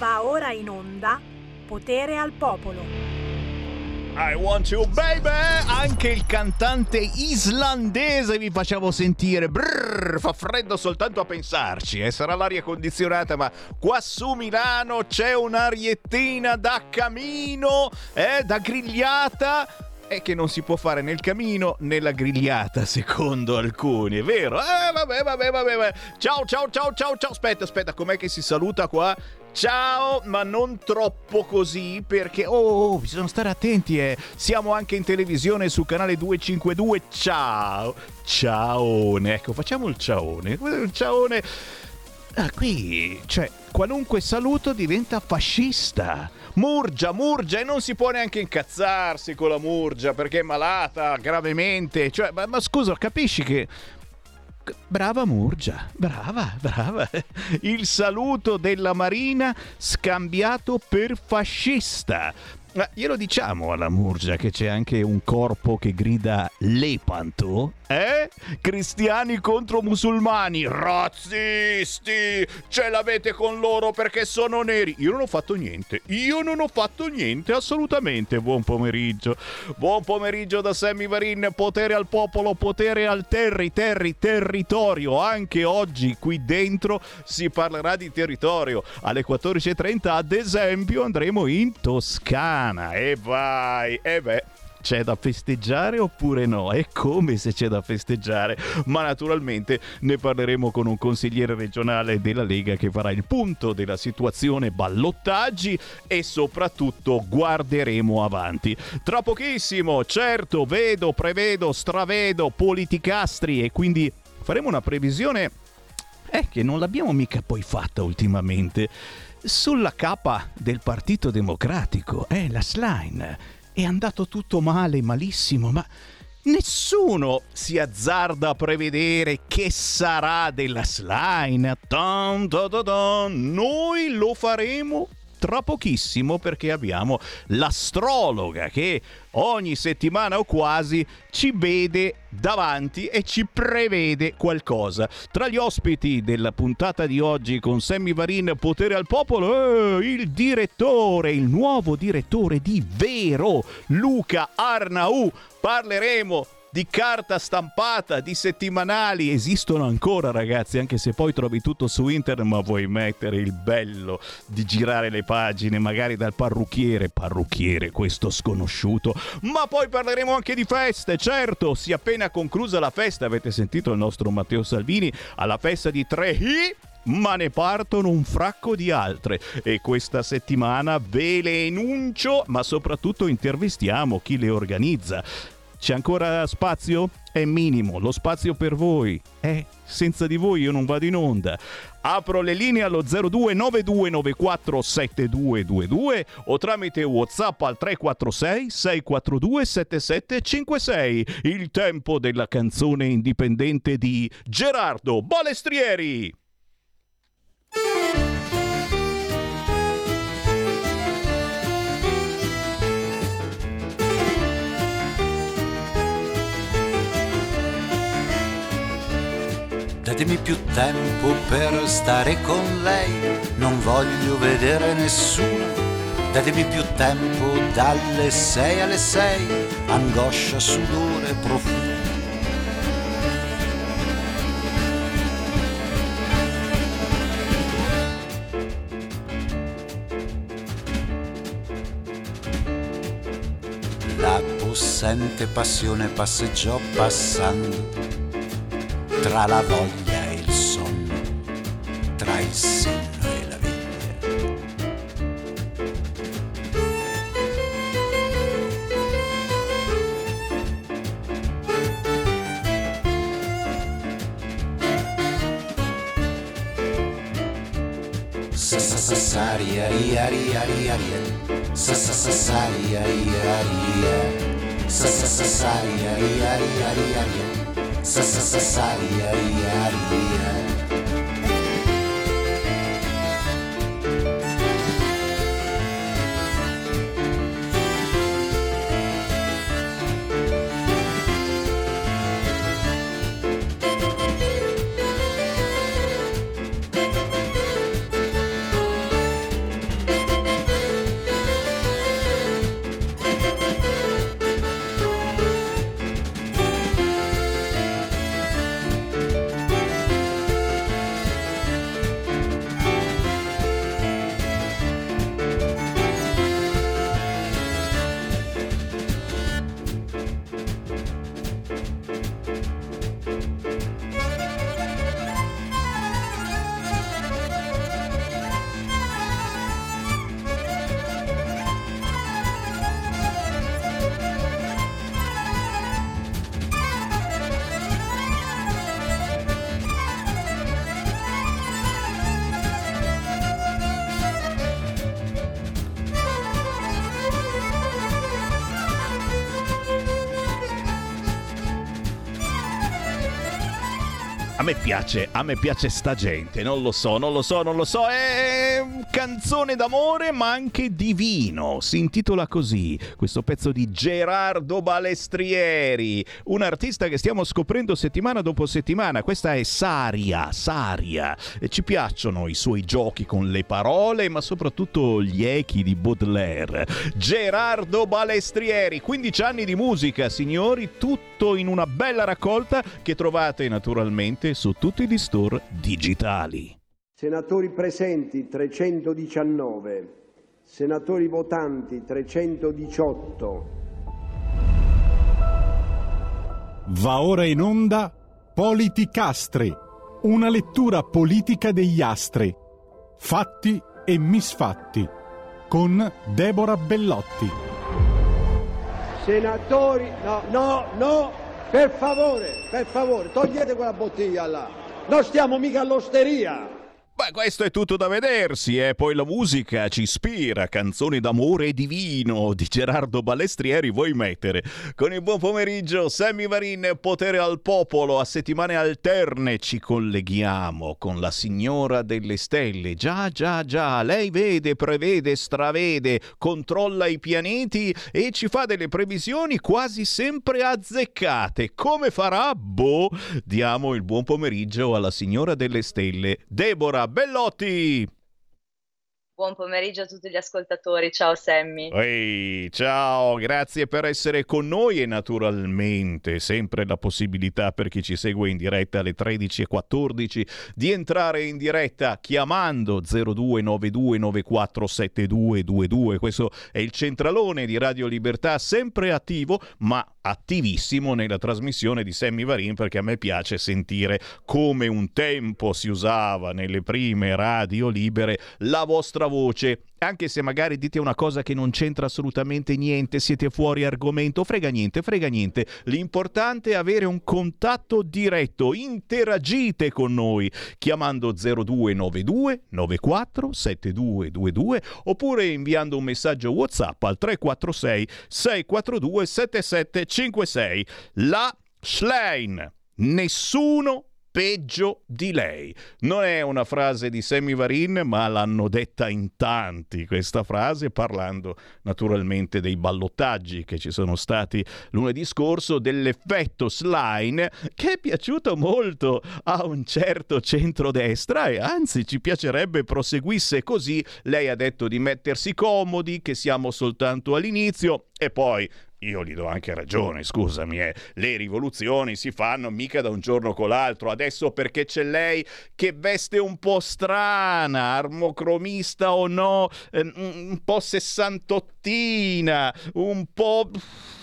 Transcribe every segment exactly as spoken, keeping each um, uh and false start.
Va ora in onda Potere al Popolo. I want you baby. Anche il cantante islandese vi facciamo sentire. Brrr, fa freddo soltanto a pensarci, eh. Sarà l'aria condizionata, ma qua su Milano c'è un'ariettina da camino, eh, da grigliata, e che non si può fare nel camino né la grigliata, secondo alcuni, è vero? Eh, vabbè, vabbè, vabbè, vabbè. Ciao, ciao, ciao, ciao, ciao. Aspetta, aspetta, com'è che si saluta qua? Ciao, ma non troppo così, perché oh, bisogna stare attenti, eh. Siamo anche in televisione su canale duecentocinquantadue. Ciao, ciaone. Ecco, facciamo il ciaone. Il ciaone. Ah, qui, cioè, qualunque saluto diventa fascista. Murgia, Murgia, e non si può neanche incazzarsi con la Murgia perché è malata gravemente. Cioè, ma, ma scusa, capisci che... Brava Murgia, brava, brava. Il saluto della Marina scambiato per fascista. Ma glielo diciamo alla Murgia che c'è anche un corpo che grida Lepanto? Eh? Cristiani contro musulmani, razzisti, ce l'avete con loro perché sono neri. Io non ho fatto niente, io non ho fatto niente, assolutamente. Buon pomeriggio, buon pomeriggio da Sammy Varin. Potere al popolo, potere al terri, terri, territorio. Anche oggi qui dentro si parlerà di territorio. Alle quattordici e trenta ad esempio andremo in Toscana. E vai, e beh, c'è da festeggiare oppure no? È come se c'è da festeggiare, ma naturalmente ne parleremo con un consigliere regionale della Lega che farà il punto della situazione ballottaggi e soprattutto guarderemo avanti. Tra pochissimo, certo, vedo, prevedo, stravedo politicastri e quindi faremo una previsione eh, che non l'abbiamo mica poi fatta ultimamente sulla capa del Partito Democratico, eh, la Schlein. È andato tutto male, malissimo, ma nessuno si azzarda a prevedere che sarà della Schlein. Dun, dun, dun, dun. Noi lo faremo tra pochissimo perché abbiamo l'astrologa che ogni settimana o quasi ci vede davanti e ci prevede qualcosa. Tra gli ospiti della puntata di oggi con Sammy Varin, Potere al Popolo, eh, il direttore, il nuovo direttore di Vero, Luca Arnaù. Parleremo di carta stampata, di settimanali. Esistono ancora, ragazzi, anche se poi trovi tutto su internet, ma vuoi mettere il bello di girare le pagine magari dal parrucchiere parrucchiere questo sconosciuto. Ma poi parleremo anche di feste, certo. Si è appena conclusa la festa, avete sentito il nostro Matteo Salvini alla festa di Tre I, ma ne partono un fracco di altre e questa settimana ve le enuncio, ma soprattutto intervistiamo chi le organizza. C'è ancora spazio? È minimo, lo spazio per voi. Eh, senza di voi io non vado in onda. Apro le linee allo zero due nove due nove quattro sette due due due o tramite WhatsApp al tre quattro sei sei quattro due sette sette cinque sei. Il tempo della canzone indipendente di Gerardo Balestrieri. Datemi più tempo per stare con lei, non voglio vedere nessuno. Datemi più tempo dalle sei alle sei, angoscia, sudore, profumo. La possente passione passeggiò passando tra la voglia e il sonno, tra il senno e la veglia. Sa sa sa sa ria ria ria ria ria. Sa sa sa sa ria ria ria. Sa sa sa sa ria ria ria ria ria. Sa sa sa sa ria ria ria. A me piace, a me piace sta gente, non lo so, non lo so, non lo so, è canzone d'amore ma anche divino, si intitola così, questo pezzo di Gerardo Balestrieri, un artista che stiamo scoprendo settimana dopo settimana, questa è Saria, Saria, e ci piacciono i suoi giochi con le parole ma soprattutto gli echi di Baudelaire. Gerardo Balestrieri, quindici anni di musica, signori, tutto in una bella raccolta che trovate naturalmente su tutti gli store digitali. Senatori presenti trecentodiciannove, senatori votanti trecentodiciotto. Va ora in onda Politicastri, una lettura politica degli astri, fatti e misfatti, con Deborah Bellotti. Senatori, no, no, no, per favore, per favore, togliete quella bottiglia là, non stiamo mica all'osteria. Beh, questo è tutto da vedersi, e eh? Poi la musica ci ispira, canzoni d'amore divino di Gerardo Balestrieri, vuoi mettere? Con il buon pomeriggio, Sammy Varin, Potere al Popolo, a settimane alterne ci colleghiamo con la signora delle stelle, già già già, lei vede, prevede, stravede, controlla i pianeti e ci fa delle previsioni quasi sempre azzeccate. Come farà? Boh, diamo il buon pomeriggio alla signora delle stelle, Deborah Bellotti. Buon pomeriggio a tutti gli ascoltatori, ciao Sammy. Ehi, ciao, grazie per essere con noi e naturalmente sempre la possibilità per chi ci segue in diretta alle tredici e quattordici di entrare in diretta chiamando zero due nove due nove quattro sette due due due. Questo è il centralone di Radio Libertà, sempre attivo ma attivissimo nella trasmissione di Sammy Varin, perché a me piace sentire come un tempo si usava nelle prime radio libere la vostra voce, anche se magari dite una cosa che non c'entra assolutamente niente, siete fuori argomento, frega niente, frega niente, l'importante è avere un contatto diretto, interagite con noi chiamando zero due nove due nove quattro sette due due due oppure inviando un messaggio WhatsApp al tre quattro sei sei quattro due sette sette cinque sei. La Schlein, nessuno peggio di lei. Non è una frase di Sammy Varin, ma l'hanno detta in tanti questa frase, parlando naturalmente dei ballottaggi che ci sono stati lunedì scorso, dell'effetto Schlein che è piaciuto molto a un certo centrodestra e anzi ci piacerebbe proseguisse così. Lei ha detto di mettersi comodi, che siamo soltanto all'inizio, e poi io gli do anche ragione, scusami, eh. Le rivoluzioni si fanno mica da un giorno con l'altro. Adesso perché c'è lei che veste un po' strana, armocromista o no, eh, un po' sessantottina, un po'...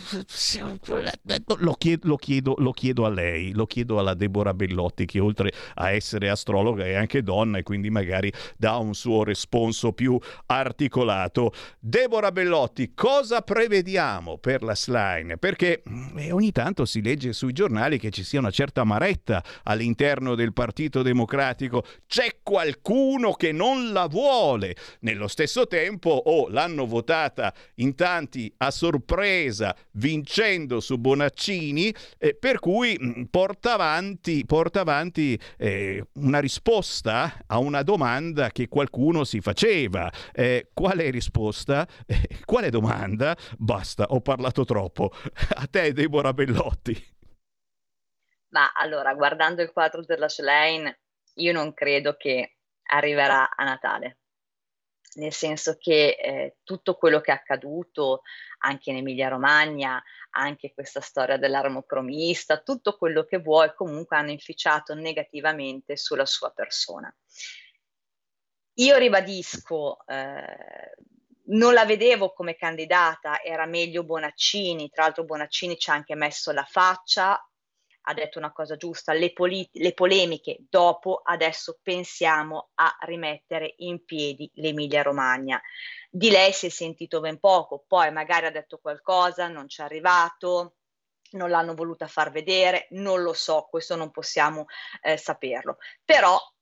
Lo chiedo, lo, chiedo, lo chiedo a lei, lo chiedo alla Deborah Bellotti, che oltre a essere astrologa è anche donna e quindi magari dà un suo responso più articolato. Deborah Bellotti, cosa prevediamo per la Schlein? Perché eh, ogni tanto si legge sui giornali che ci sia una certa amaretta all'interno del Partito Democratico, c'è qualcuno che non la vuole. Nello stesso tempo o oh, l'hanno votata in tanti a sorpresa, vincendo su Bonaccini, eh, per cui mh, porta avanti, porta avanti eh, una risposta a una domanda che qualcuno si faceva. Eh, quale risposta? Eh, quale domanda? Basta, ho parlato troppo. A te, Deborah Bellotti. Ma allora, guardando il quadro della Schlein, io non credo che arriverà a Natale. Nel senso che eh, tutto quello che è accaduto anche in Emilia-Romagna, anche questa storia dell'armocromista, tutto quello che vuoi, comunque hanno inficiato negativamente sulla sua persona. Io ribadisco, eh, non la vedevo come candidata, era meglio Bonaccini, tra l'altro Bonaccini ci ha anche messo la faccia, ha detto una cosa giusta, le, poli- le polemiche dopo, adesso pensiamo a rimettere in piedi l'Emilia Romagna. Di lei si è sentito ben poco, poi magari ha detto qualcosa, non ci è arrivato, non l'hanno voluta far vedere, non lo so, questo non possiamo eh, saperlo. Però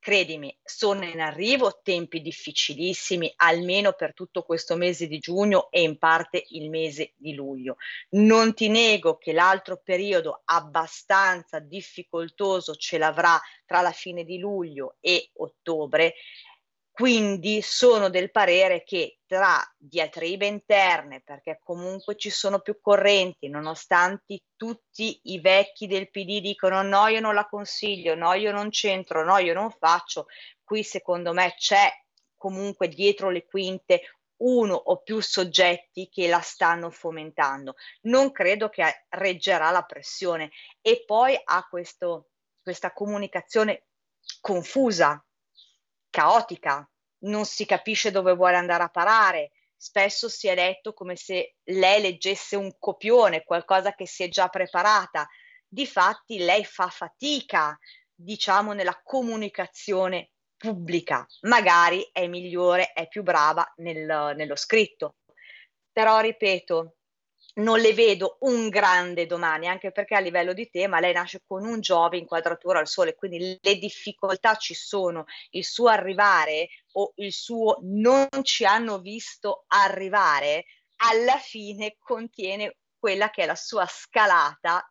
credimi, sono in arrivo tempi difficilissimi, almeno per tutto questo mese di giugno e in parte il mese di luglio. Non ti nego che l'altro periodo abbastanza difficoltoso ce l'avrà tra la fine di luglio e ottobre, quindi sono del parere che tra diatribe interne, perché comunque ci sono più correnti, nonostante tutti i vecchi del P D dicono no, io non la consiglio, no, io non c'entro, no, io non faccio, qui secondo me c'è comunque dietro le quinte uno o più soggetti che la stanno fomentando. Non credo che reggerà la pressione e poi ha questo, questa comunicazione confusa, caotica, non si capisce dove vuole andare a parare, spesso si è letto come se lei leggesse un copione, qualcosa che si è già preparata. Difatti lei fa fatica, diciamo, nella comunicazione pubblica, magari è migliore, è più brava nel, nello scritto, però ripeto, non le vedo un grande domani, anche perché a livello di tema lei nasce con un Giove inquadratura al sole, quindi le difficoltà ci sono, il suo arrivare o il suo non ci hanno visto arrivare, alla fine contiene quella che è la sua scalata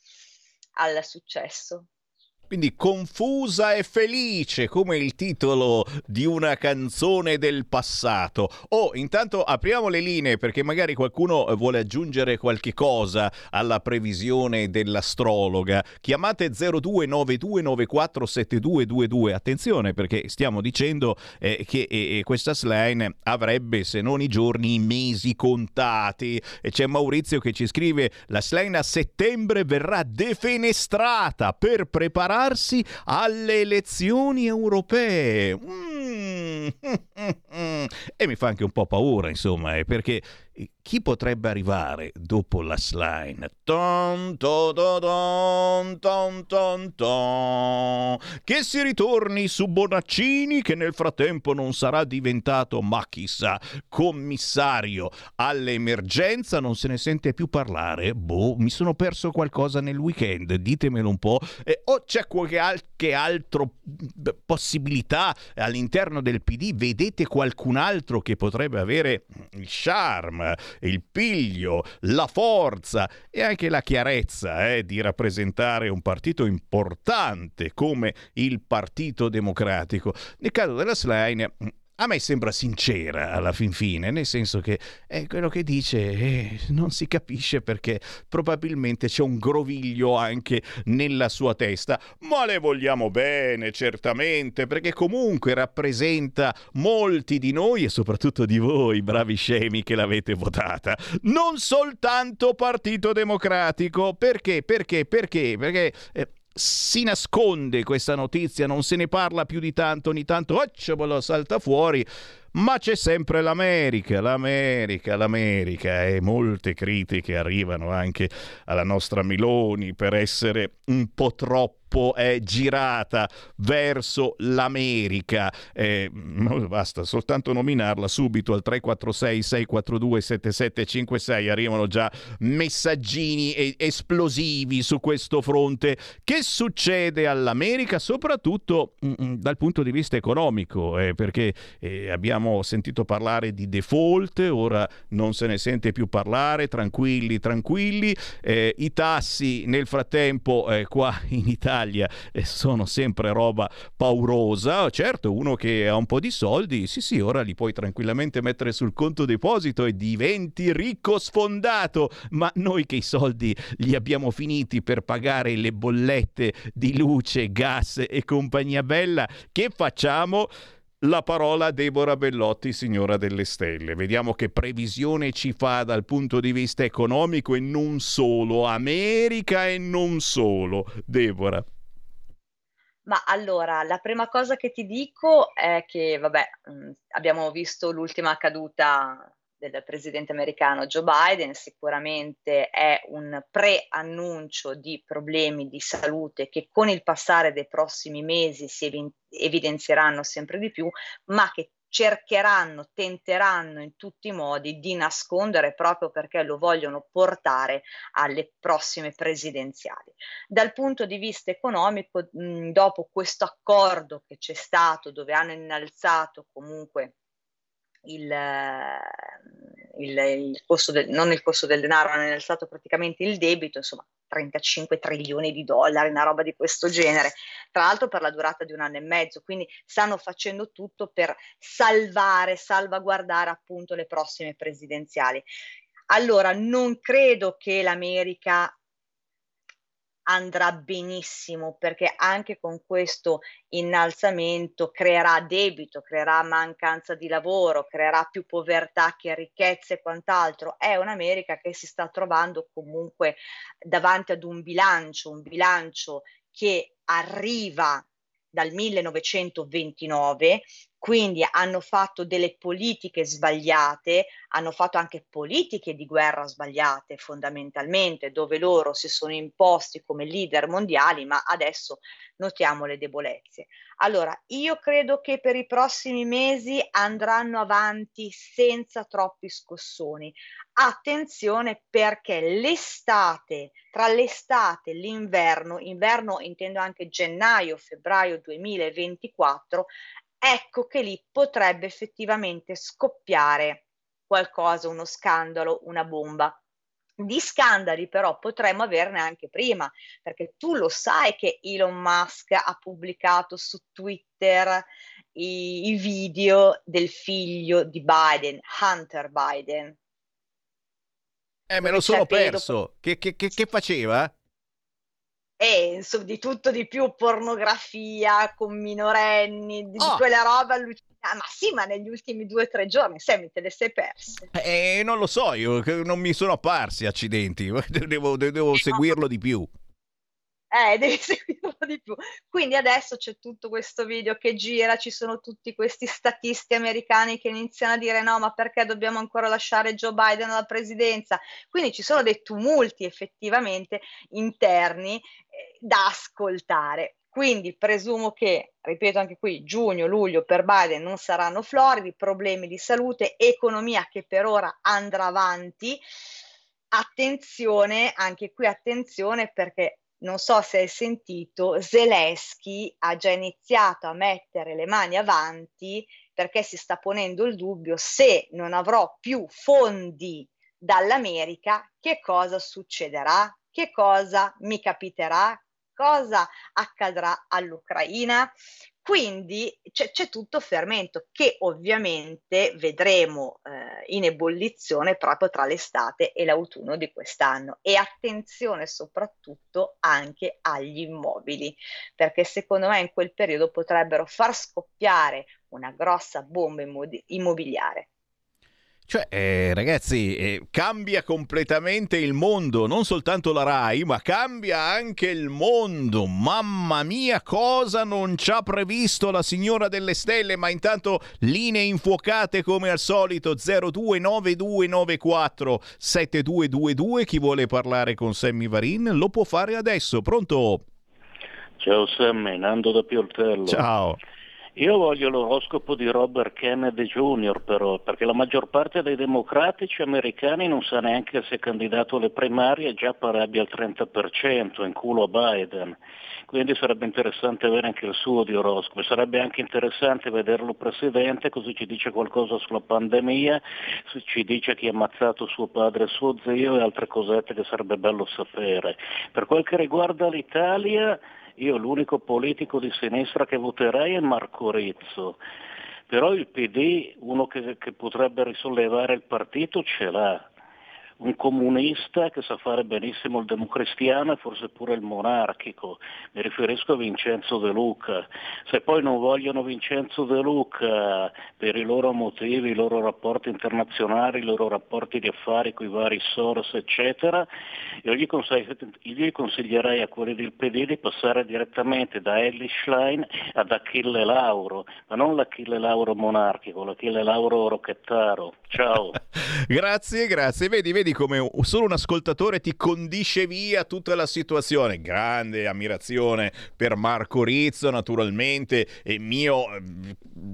al successo. Quindi confusa e felice, come il titolo di una canzone del passato. Oh, intanto apriamo le linee perché magari qualcuno vuole aggiungere qualche cosa alla previsione dell'astrologa. Chiamate zero due nove due nove quattro sette due due due. Attenzione, perché stiamo dicendo eh, che eh, questa Schlein avrebbe, se non i giorni, i mesi contati. E c'è Maurizio che ci scrive: la Schlein a settembre verrà defenestrata per preparare alle elezioni europee. Mm. E mi fa anche un po' paura, insomma, eh, perché chi potrebbe arrivare dopo la Schlein? Ton, ton, ton, ton, ton, ton. Che si ritorni su Bonaccini, che nel frattempo non sarà diventato, ma chissà, commissario all'emergenza. Non se ne sente più parlare. Boh, mi sono perso qualcosa nel weekend, ditemelo un po'. Eh, o c'è qualche altra possibilità all'interno del P D? Vedete qualcun altro che potrebbe avere il charme, il piglio, la forza e anche la chiarezza eh, di rappresentare un partito importante come il Partito Democratico? Nel caso della Schlein, a me sembra sincera alla fin fine, nel senso che eh, quello che dice eh, non si capisce, perché probabilmente c'è un groviglio anche nella sua testa, ma le vogliamo bene certamente, perché comunque rappresenta molti di noi e soprattutto di voi, bravi scemi che l'avete votata, non soltanto Partito Democratico. Perché? Perché? Perché? Perché... Eh, si nasconde questa notizia, non se ne parla più di tanto, ogni tanto oh, salta fuori, ma c'è sempre l'America, l'America, l'America e molte critiche arrivano anche alla nostra Meloni per essere un po' troppo è girata verso l'America. Eh, basta soltanto nominarla subito al tre quattro sei sei quattro due sette sette cinque sei, arrivano già messaggini e- esplosivi su questo fronte. Che succede all'America, soprattutto mh, dal punto di vista economico, eh, perché eh, abbiamo sentito parlare di default, ora non se ne sente più parlare, tranquilli, tranquilli, eh, i tassi nel frattempo eh, qua in Italia sono sempre roba paurosa. Certo, uno che ha un po' di soldi, sì sì, ora li puoi tranquillamente mettere sul conto deposito e diventi ricco sfondato, ma noi che i soldi li abbiamo finiti per pagare le bollette di luce, gas e compagnia bella, che facciamo? La parola a Deborah Bellotti, signora delle stelle. Vediamo che previsione ci fa dal punto di vista economico e non solo, America e non solo. Deborah. Ma allora, la prima cosa che ti dico è che, vabbè, mh, abbiamo visto l'ultima caduta del presidente americano Joe Biden, sicuramente è un preannuncio di problemi di salute che con il passare dei prossimi mesi si evi- evidenzieranno sempre di più, ma che cercheranno, tenteranno in tutti i modi di nascondere, proprio perché lo vogliono portare alle prossime presidenziali. Dal punto di vista economico, mh, dopo questo accordo che c'è stato, dove hanno innalzato comunque il, il, il costo del, non il costo del denaro, hanno innalzato praticamente il debito, insomma trentacinque trilioni di dollari, una roba di questo genere, tra l'altro per la durata di un anno e mezzo, quindi stanno facendo tutto per salvare, salvaguardare appunto le prossime presidenziali. Allora, non credo che l'America andrà benissimo, perché anche con questo innalzamento creerà debito, creerà mancanza di lavoro, creerà più povertà che ricchezza e quant'altro. È un'America che si sta trovando comunque davanti ad un bilancio, un bilancio che arriva dal millenovecentoventinove, quindi hanno fatto delle politiche sbagliate, hanno fatto anche politiche di guerra sbagliate fondamentalmente, dove loro si sono imposti come leader mondiali, ma adesso notiamo le debolezze. Allora, io credo che per i prossimi mesi andranno avanti senza troppi scossoni. Attenzione, perché l'estate, tra l'estate e l'inverno, inverno intendo anche gennaio, febbraio duemilaventiquattro, ecco che lì potrebbe effettivamente scoppiare qualcosa, uno scandalo, una bomba. Di scandali però potremmo averne anche prima, perché tu lo sai che Elon Musk ha pubblicato su Twitter i, i video del figlio di Biden, Hunter Biden. Eh, me lo sono perso. Che, che, che, che faceva? E insomma, di tutto di più, pornografia con minorenni, di, oh. di quella roba allucinante. Ah, ma sì, ma negli ultimi due o tre giorni, Sammy, te le sei perse? Eh, non lo so, io non mi sono apparsi, accidenti, devo, devo seguirlo di più. Eh, devi seguirlo di più. Quindi adesso c'è tutto questo video che gira, ci sono tutti questi statisti americani che iniziano a dire no, ma perché dobbiamo ancora lasciare Joe Biden alla presidenza? Quindi ci sono dei tumulti effettivamente interni eh, da ascoltare. Quindi presumo che, ripeto anche qui, giugno, luglio per Biden non saranno floridi, problemi di salute, economia che per ora andrà avanti. Attenzione, anche qui attenzione, perché non so se hai sentito, Zelensky ha già iniziato a mettere le mani avanti perché si sta ponendo il dubbio: se non avrò più fondi dall'America, che cosa succederà? Che cosa mi capiterà? Cosa accadrà all'Ucraina? Quindi c'è, c'è tutto fermento che ovviamente vedremo eh, in ebollizione proprio tra l'estate e l'autunno di quest'anno. E attenzione soprattutto anche agli immobili, perché secondo me in quel periodo potrebbero far scoppiare una grossa bomba immobiliare. Cioè, eh, ragazzi, eh, cambia completamente il mondo, non soltanto la Rai, ma cambia anche il mondo. Mamma mia, cosa non ci ha previsto la signora delle stelle? Ma intanto linee infuocate come al solito, zero due nove due nove quattro sette due due due. Chi vuole parlare con Sammy Varin lo può fare adesso. Pronto? Ciao Sammy, Nando da Pioltello. Ciao. Io voglio l'oroscopo di Robert Kennedy Junior però, perché la maggior parte dei democratici americani non sa neanche se è candidato alle primarie, già pare abbia il trenta per cento, in culo a Biden. Quindi sarebbe interessante avere anche il suo di oroscopo, sarebbe anche interessante vederlo presidente, così ci dice qualcosa sulla pandemia, ci dice chi ha ammazzato suo padre e suo zio e altre cosette che sarebbe bello sapere. Per quel che riguarda l'Italia, io l'unico politico di sinistra che voterei è Marco Rizzo, però il P D, uno che, che potrebbe risollevare il partito, ce l'ha. Un comunista che sa fare benissimo il democristiano e forse pure il monarchico, mi riferisco a Vincenzo De Luca. Se poi non vogliono Vincenzo De Luca per i loro motivi, i loro rapporti internazionali, i loro rapporti di affari con i vari Soros eccetera, io gli, consig- io gli consiglierei a quelli del P D di passare direttamente da Elly Schlein ad Achille Lauro, ma non l'Achille Lauro monarchico, l'Achille Lauro rocchettaro. Ciao. Grazie, grazie. Vedi, vedi come solo un ascoltatore ti condisce via tutta la situazione. Grande ammirazione per Marco Rizzo, naturalmente, e mio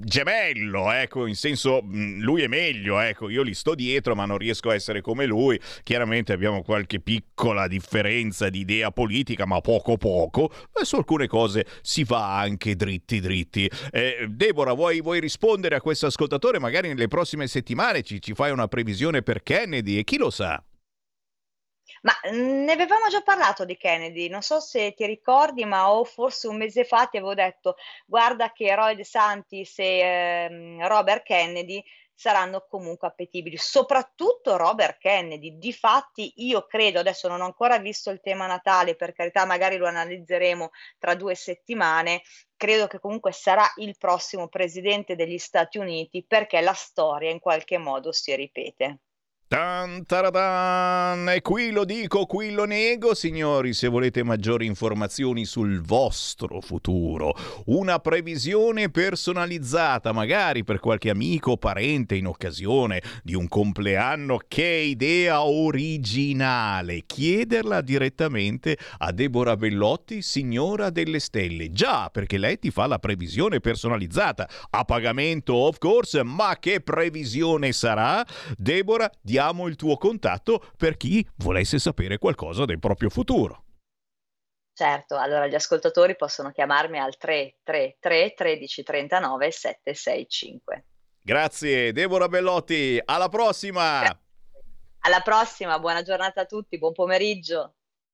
gemello, ecco, in senso mh, lui è meglio, ecco, io gli sto dietro ma non riesco a essere come lui. Chiaramente abbiamo qualche piccola differenza di idea politica, ma poco poco, e su alcune cose si va anche dritti dritti. Eh, Deborah, vuoi, vuoi rispondere a questo ascoltatore? Magari nelle prossime settimane ci, ci fai una previsione per Kennedy, e chi lo sa? Ma ne avevamo già parlato di Kennedy, non so se ti ricordi, ma o forse un mese fa ti avevo detto guarda che Roy DeSantis e ehm, Robert Kennedy saranno comunque appetibili, soprattutto Robert Kennedy. Difatti io credo, adesso non ho ancora visto il tema Natale, per carità magari lo analizzeremo tra due settimane, credo che comunque sarà il prossimo presidente degli Stati Uniti, perché la storia in qualche modo si ripete. Tan taradan, e qui lo dico, qui lo nego, signori. Se volete maggiori informazioni sul vostro futuro, una previsione personalizzata magari per qualche amico o parente in occasione di un compleanno, che idea originale, chiederla direttamente a Deborah Bellotti, signora delle stelle. Già, perché lei ti fa la previsione personalizzata a pagamento, of course. Ma che previsione sarà? Deborah, diamo il tuo contatto per chi volesse sapere qualcosa del proprio futuro. Certo, allora gli ascoltatori possono chiamarmi al tre tre tre tredici trentanove sette sei cinque. Grazie Deborah Bellotti, alla prossima! Alla prossima, buona giornata a tutti, buon pomeriggio.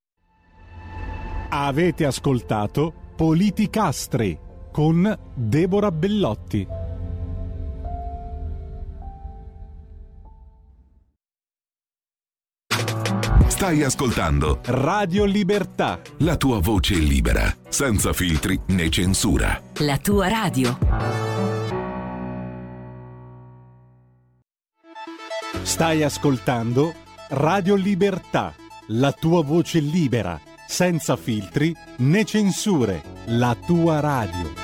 Avete ascoltato Politicastri con Deborah Bellotti. Stai ascoltando Radio Libertà, la tua voce libera, senza filtri né censura. La tua radio. Stai ascoltando Radio Libertà, la tua voce libera, senza filtri né censure. La tua radio.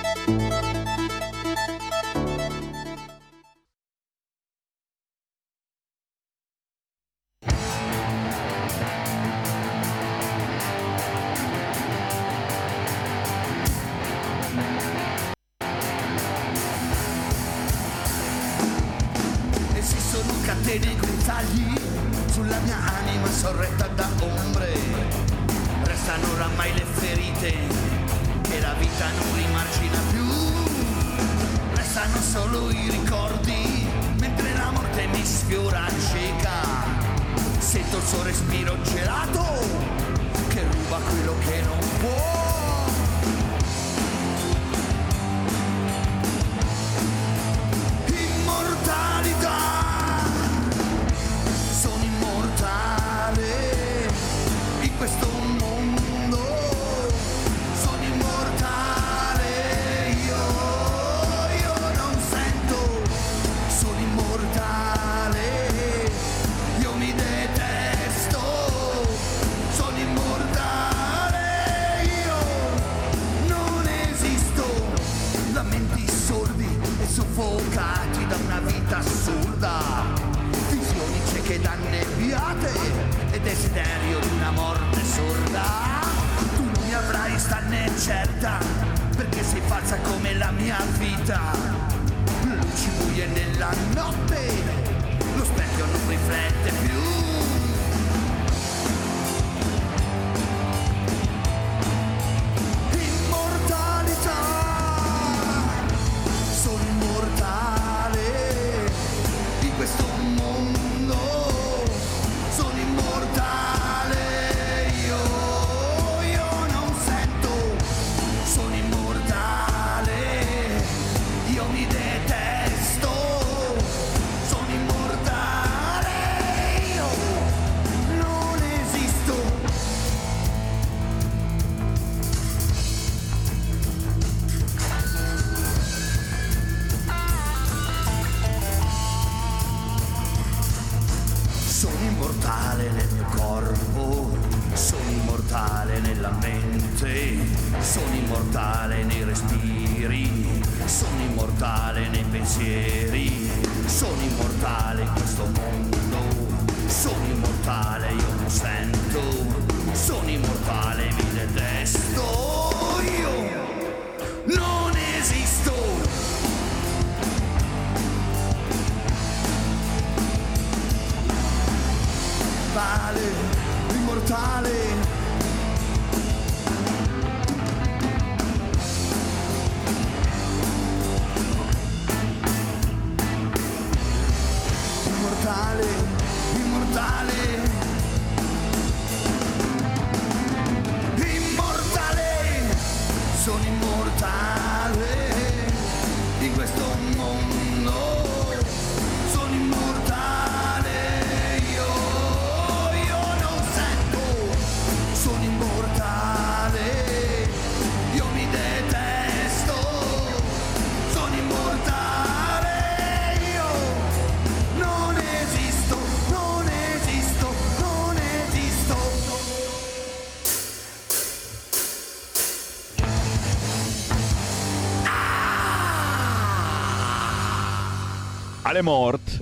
Ale Mort,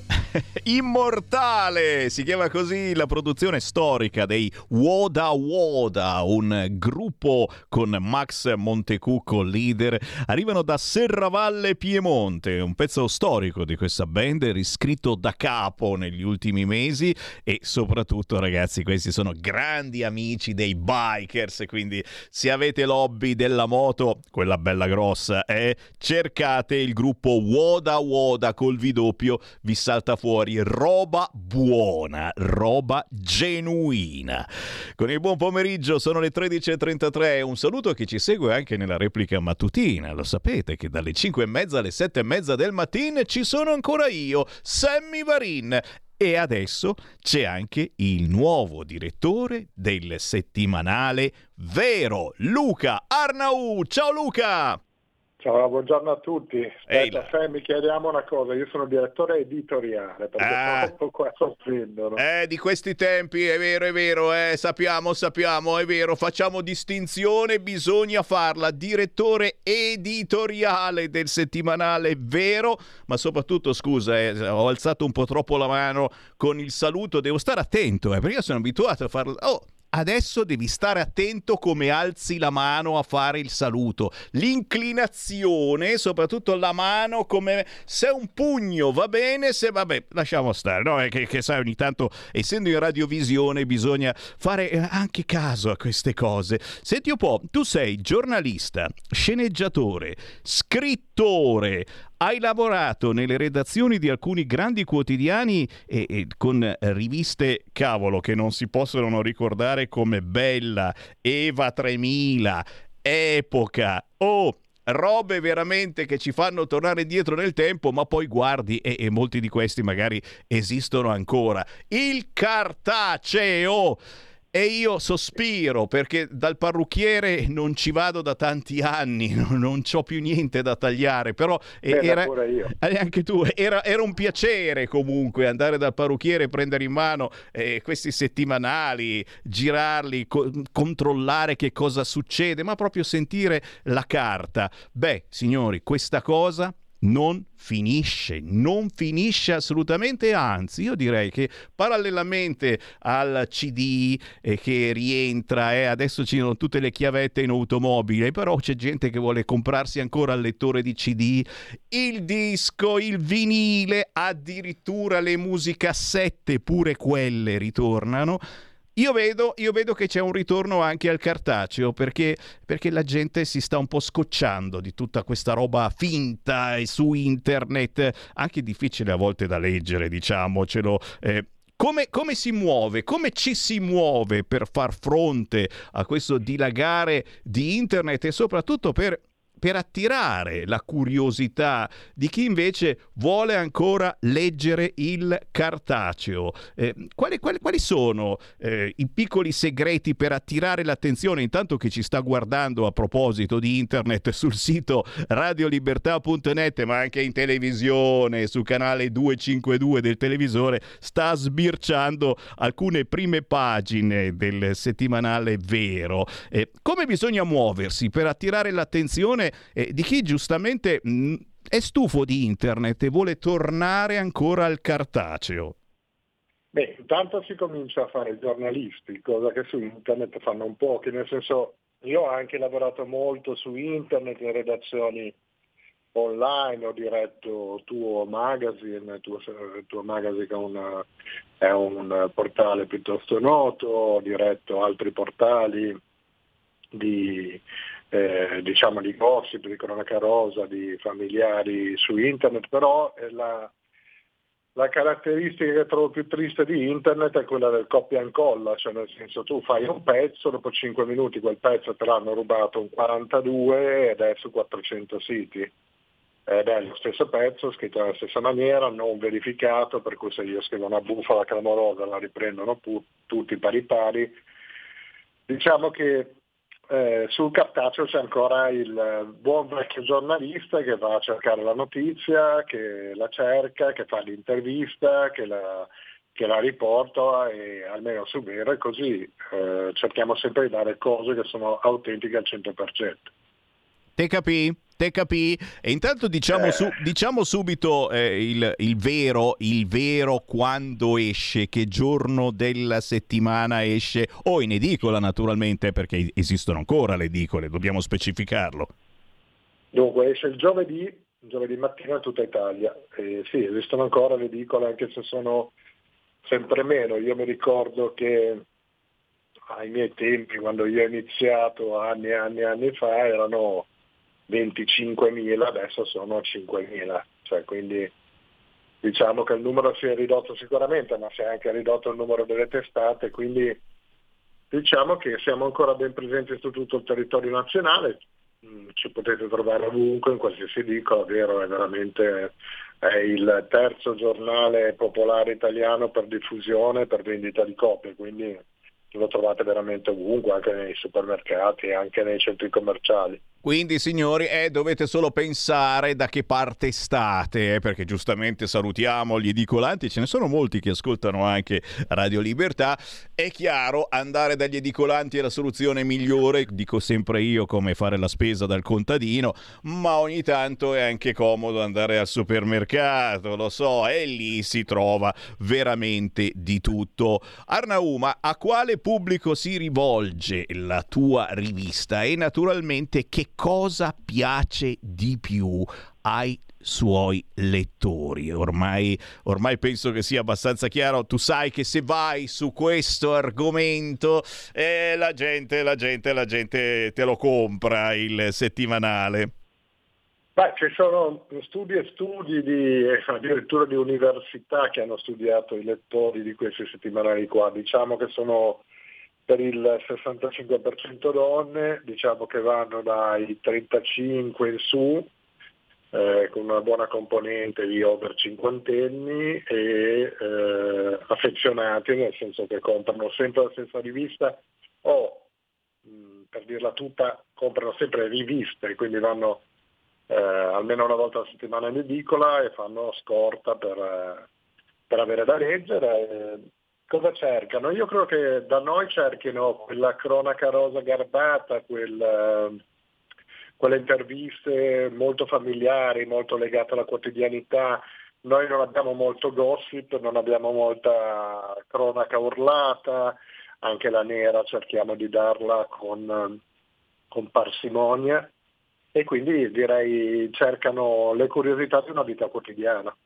Immortale, si chiama così la produzione storica dei Woda Woda, un gruppo con Max Montecucco leader. Arrivano da Serravalle Piemonte, un pezzo storico di questa band riscritto da capo negli ultimi mesi e soprattutto, ragazzi, questi sono grandi amici dei bikers, quindi se avete l'hobby della moto, quella bella grossa, eh, cercate il gruppo Woda Woda col V doppio, vi salta fuori roba buona, roba genuina. Con il buon pomeriggio sono le tredici e trentatré, un saluto a chi ci segue anche nella replica mattutina. Lo sapete che dalle cinque e mezza alle sette e mezza del mattino ci sono ancora io, Sammy Varin. E adesso c'è anche il nuovo direttore del settimanale Vero, Luca Arnaù. Ciao Luca! Ciao, buongiorno a tutti. Aspetta, Ehi mi chiediamo una cosa, io sono direttore editoriale, perché ah, sono qua soffrendo. Eh, di questi tempi, è vero, è vero, eh, sappiamo, sappiamo, è vero, facciamo distinzione, bisogna farla. Direttore editoriale del settimanale Vero, ma soprattutto, scusa, eh, ho alzato un po' troppo la mano con il saluto, devo stare attento, eh, perché io sono abituato a farlo. Oh! Adesso devi stare attento come alzi la mano a fare il saluto. L'inclinazione, soprattutto la mano, come se un pugno va bene, se vabbè, lasciamo stare, no? È che, che sai, ogni tanto, essendo in radiovisione, bisogna fare anche caso a queste cose. Senti un po', tu sei giornalista, sceneggiatore, scrittore, hai lavorato nelle redazioni di alcuni grandi quotidiani e, e con riviste, cavolo, che non si possono non ricordare come Bella, Eva tremila, Epoca, oh, robe veramente che ci fanno tornare indietro nel tempo, ma poi guardi e, e molti di questi magari esistono ancora. Il cartaceo! E io sospiro perché dal parrucchiere non ci vado da tanti anni, non, non c'ho più niente da tagliare, però Beh, era, pure io. eh, anche tu, era, era un piacere comunque andare dal parrucchiere, prendere in mano eh, questi settimanali, girarli, co- controllare che cosa succede, ma proprio sentire la carta. Beh, signori, questa cosa non finisce, non finisce assolutamente, anzi io direi che parallelamente al C D eh, che rientra, eh, adesso ci sono tutte le chiavette in automobile, però c'è gente che vuole comprarsi ancora il lettore di C D, il disco, il vinile, addirittura le musicassette, pure quelle ritornano. Io vedo, io vedo che c'è un ritorno anche al cartaceo perché, perché la gente si sta un po' scocciando di tutta questa roba finta e su internet, anche difficile a volte da leggere, diciamocelo. Eh, come, come si muove, come ci si muove per far fronte a questo dilagare di internet e soprattutto per... per attirare la curiosità di chi invece vuole ancora leggere il cartaceo. Eh, quali, quali, quali sono eh, i piccoli segreti per attirare l'attenzione, intanto che ci sta guardando a proposito di internet sul sito radiolibertà punto net, ma anche in televisione, sul canale duecentocinquantadue del televisore, sta sbirciando alcune prime pagine del settimanale Vero. Eh, come bisogna muoversi per attirare l'attenzione Eh, di chi giustamente mh, è stufo di internet e vuole tornare ancora al cartaceo? Beh, intanto si comincia a fare giornalisti, cosa che su internet fanno un po', che nel senso, io ho anche lavorato molto su internet in redazioni online, ho diretto Tuo Magazine, Tuo, Tuo Magazine che è, una, è un portale piuttosto noto, ho diretto altri portali di Eh, diciamo di gossip, di cronaca rosa, di familiari su internet, però eh, la, la caratteristica che trovo più triste di internet è quella del copia e incolla, cioè nel senso tu fai un pezzo, dopo cinque minuti quel pezzo te l'hanno rubato un quarantadue ed è su quattrocento siti ed è lo stesso pezzo scritto nella stessa maniera, non verificato, per cui se io scrivo una bufala clamorosa la riprendono pu- tutti pari pari. Diciamo che eh, sul cartaceo c'è ancora il buon vecchio giornalista che va a cercare la notizia, che la cerca, che fa l'intervista, che la, che la riporta, e almeno su Vero è così, eh, cerchiamo sempre di dare cose che sono autentiche al cento per cento. Te capì? Te capì? E intanto diciamo, Eh. su, diciamo subito eh, il, il vero, il vero quando esce, che giorno della settimana esce, o in edicola naturalmente, perché esistono ancora le edicole, dobbiamo specificarlo. Dunque esce il giovedì, giovedì mattina in tutta Italia. E sì, esistono ancora le edicole, anche se sono sempre meno. Io mi ricordo che ai miei tempi, quando io ho iniziato anni e anni e anni fa, erano venticinquemila, adesso sono cinquemila, cioè quindi diciamo che il numero si è ridotto sicuramente, ma si è anche ridotto il numero delle testate, quindi diciamo che siamo ancora ben presenti su tutto il territorio nazionale, ci potete trovare ovunque, in qualsiasi edicola. Vero, è veramente è il terzo giornale popolare italiano per diffusione, per vendita di copie, quindi lo trovate veramente ovunque, anche nei supermercati, anche nei centri commerciali. Quindi signori, eh, dovete solo pensare da che parte state, eh, perché giustamente salutiamo gli edicolanti, ce ne sono molti che ascoltano anche Radio Libertà. È chiaro, andare dagli edicolanti è la soluzione migliore, dico sempre io, come fare la spesa dal contadino, ma ogni tanto è anche comodo andare al supermercato, lo so, e lì si trova veramente di tutto. Arnauma, a quale pubblico si rivolge la tua rivista e naturalmente che cosa piace di più ai suoi lettori? Ormai, ormai penso che sia abbastanza chiaro. Tu sai che se vai su questo argomento eh, la gente, la gente, la gente te lo compra il settimanale. Beh, ci sono studi e studi di addirittura di università che hanno studiato i lettori di questi settimanali qua. Diciamo che sono per il sessantacinque per cento donne, diciamo che vanno dai trentacinque in su, eh, con una buona componente di over cinquantenni, e eh, affezionati, nel senso che comprano sempre la stessa rivista o, mh, per dirla tutta, comprano sempre riviste, quindi vanno eh, almeno una volta a settimana in edicola e fanno scorta per, eh, per avere da leggere. Eh, Cosa cercano? Io credo che da noi cerchino quella cronaca rosa garbata, quel, quelle interviste molto familiari, molto legate alla quotidianità. Noi non abbiamo molto gossip, non abbiamo molta cronaca urlata, anche la nera cerchiamo di darla con, con parsimonia, e quindi direi cercano le curiosità di una vita quotidiana.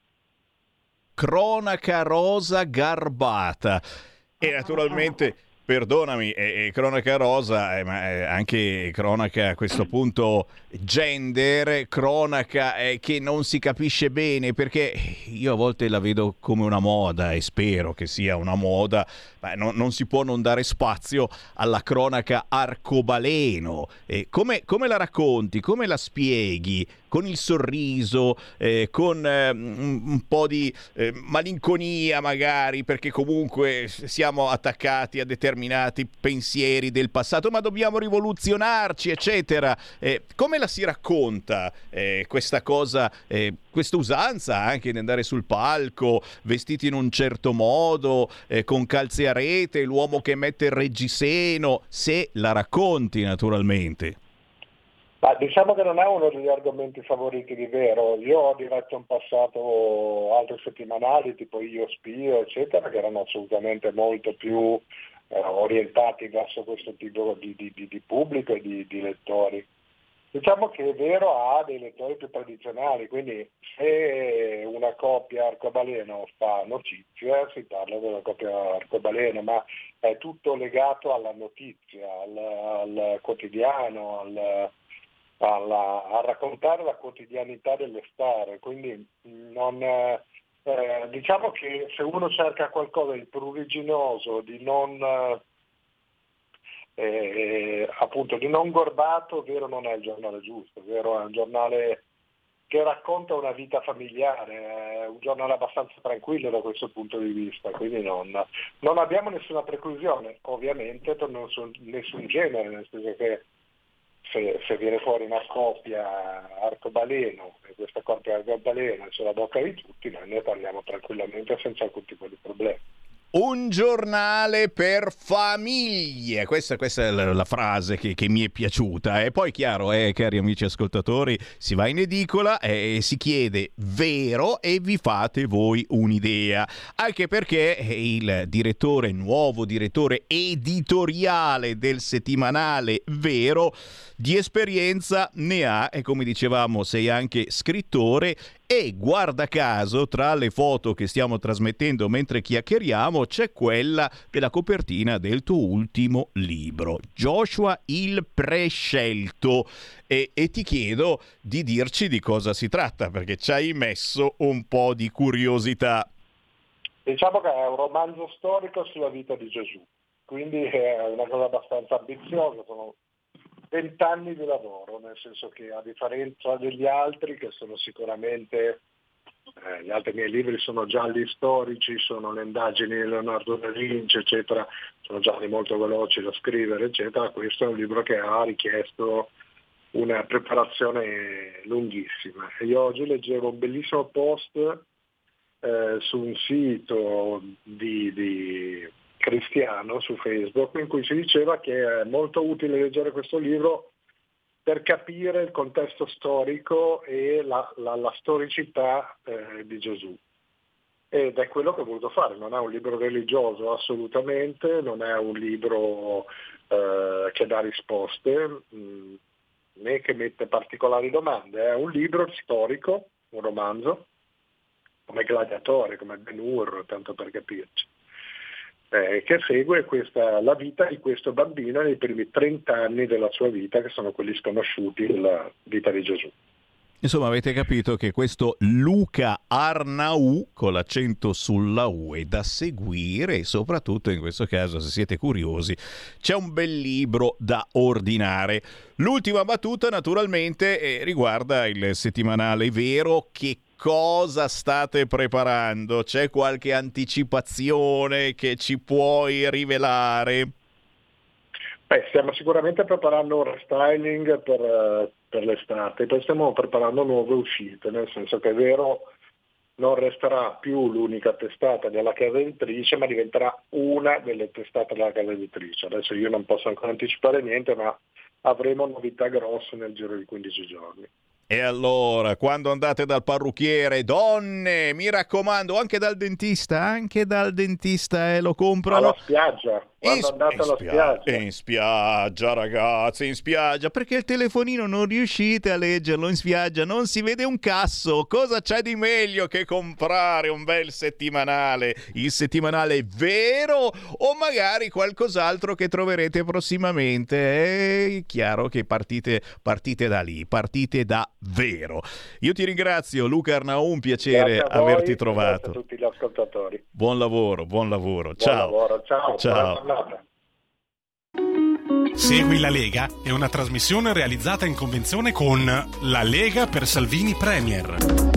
Cronaca rosa garbata. E naturalmente, perdonami, è, è cronaca rosa, eh, ma è anche cronaca a questo punto gender, cronaca eh, che non si capisce bene, perché io a volte la vedo come una moda e spero che sia una moda, ma non, non si può non dare spazio alla cronaca arcobaleno. Eh, come, come la racconti, come la spieghi? Con il sorriso, eh, con eh, un, un po' di eh, malinconia magari, perché comunque siamo attaccati a determinati pensieri del passato, ma dobbiamo rivoluzionarci, eccetera. Eh, come la si racconta eh, questa cosa, eh, questa usanza anche di andare sul palco vestiti in un certo modo, eh, con calze a rete, l'uomo che mette il reggiseno, se la racconti naturalmente? Ma diciamo che non è uno degli argomenti favoriti di Vero. Io ho diretto in passato altri settimanali tipo Io Spio, eccetera, che erano assolutamente molto più eh, orientati verso questo tipo di, di, di, di pubblico e di, di lettori. Diciamo che Vero ha dei lettori più tradizionali, quindi se una coppia arcobaleno fa notizia si parla della coppia arcobaleno, ma è tutto legato alla notizia, al, al quotidiano, al Alla, a raccontare la quotidianità delle star, quindi non, eh, diciamo che se uno cerca qualcosa di pruriginoso, di non eh, appunto di non gorbato, Vero non è il giornale giusto. Vero è un giornale che racconta una vita familiare, è un giornale abbastanza tranquillo da questo punto di vista, quindi non, non abbiamo nessuna preclusione, ovviamente per nessun, nessun genere, nel senso che se, se viene fuori una coppia arcobaleno e questa coppia arcobaleno è sulla bocca di tutti, noi ne parliamo tranquillamente senza alcun tipo di problema. Un giornale per famiglie, questa, questa è la, la frase che, che mi è piaciuta. E poi chiaro, eh, cari amici ascoltatori, si va in edicola e si chiede vero e vi fate voi un'idea, anche perché il direttore, nuovo direttore editoriale del settimanale Vero, di esperienza ne ha, e come dicevamo sei anche scrittore. E guarda caso, tra le foto che stiamo trasmettendo mentre chiacchieriamo, c'è quella della copertina del tuo ultimo libro, Joshua il prescelto. E, e ti chiedo di dirci di cosa si tratta, perché ci hai messo un po' di curiosità. Diciamo che è un romanzo storico sulla vita di Gesù, quindi è una cosa abbastanza ambiziosa, sono vent'anni di lavoro, nel senso che a differenza degli altri, che sono sicuramente, eh, gli altri miei libri sono gialli storici, sono le indagini di Leonardo da Vinci, eccetera, sono gialli molto veloci da scrivere, eccetera, questo è un libro che ha richiesto una preparazione lunghissima. E io oggi leggevo un bellissimo post eh, su un sito di... di cristiano su Facebook, in cui si diceva che è molto utile leggere questo libro per capire il contesto storico e la, la, la storicità eh, di Gesù. Ed è quello che ho voluto fare. Non è un libro religioso assolutamente, non è un libro eh, che dà risposte, mh, né che mette particolari domande, è un libro storico, un romanzo, come Gladiatore, come Ben-Hur, tanto per capirci. Eh, che segue questa, la vita di questo bambino nei primi trenta anni della sua vita, che sono quelli sconosciuti della vita di Gesù. Insomma, avete capito che questo Luca Arnaù, con l'accento sulla U, è da seguire, e soprattutto in questo caso, se siete curiosi, c'è un bel libro da ordinare. L'ultima battuta naturalmente eh, riguarda il settimanale Vero. Che cosa state preparando? C'è qualche anticipazione che ci puoi rivelare? Beh, stiamo sicuramente preparando un restyling per, per l'estate, poi stiamo preparando nuove uscite, nel senso che è Vero non resterà più l'unica testata della casa editrice, ma diventerà una delle testate della casa editrice. Adesso io non posso ancora anticipare niente, ma avremo novità grosse nel giro di quindici giorni. E allora, quando andate dal parrucchiere, donne, mi raccomando, anche dal dentista, anche dal dentista, eh, lo comprano. Alla spiaggia, quando in, andate in alla spia- spiaggia. In spiaggia, ragazzi, in spiaggia, perché il telefonino non riuscite a leggerlo in spiaggia, non si vede un cazzo. Cosa c'è di meglio che comprare un bel settimanale, il settimanale Vero, o magari qualcos'altro che troverete prossimamente? È chiaro che partite, partite da lì, partite da Vero. Io ti ringrazio, Luca Arnaù, un piacere Grazie a voi, averti trovato. Grazie a tutti gli ascoltatori. Buon lavoro, buon lavoro. Buon Ciao. lavoro, ciao. Ciao. Buona giornata. Segui la Lega è una trasmissione realizzata in convenzione con La Lega per Salvini Premier.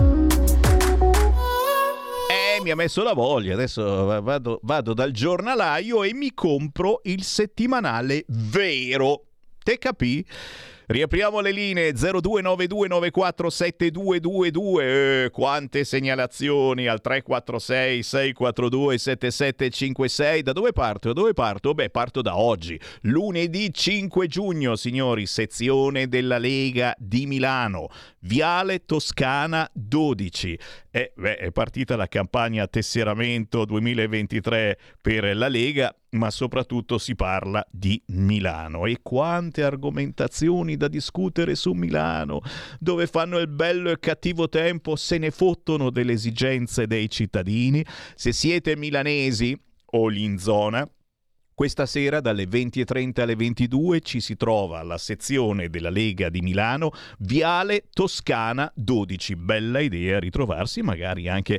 Eh, mi ha messo la voglia. Adesso vado, vado dal giornalaio e mi compro il settimanale Vero. Te capì? Riapriamo le linee zero due nove due nove quattro sette due due due. Eh, quante segnalazioni al tre quattro sei sei quattro due sette sette cinque sei. Da dove parto? Da dove parto? Beh, parto da oggi, lunedì cinque giugno, signori, sezione della Lega di Milano, Viale Toscana dodici. Eh, beh, è partita la campagna tesseramento duemilaventitré per la Lega, ma soprattutto si parla di Milano. E quante argomentazioni da discutere su Milano, dove fanno il bello e cattivo tempo, se ne fottono delle esigenze dei cittadini. Se siete milanesi o lì in zona, questa sera dalle venti e trenta alle ventidue ci si trova alla sezione della Lega di Milano, Viale Toscana dodici. Bella idea ritrovarsi magari anche per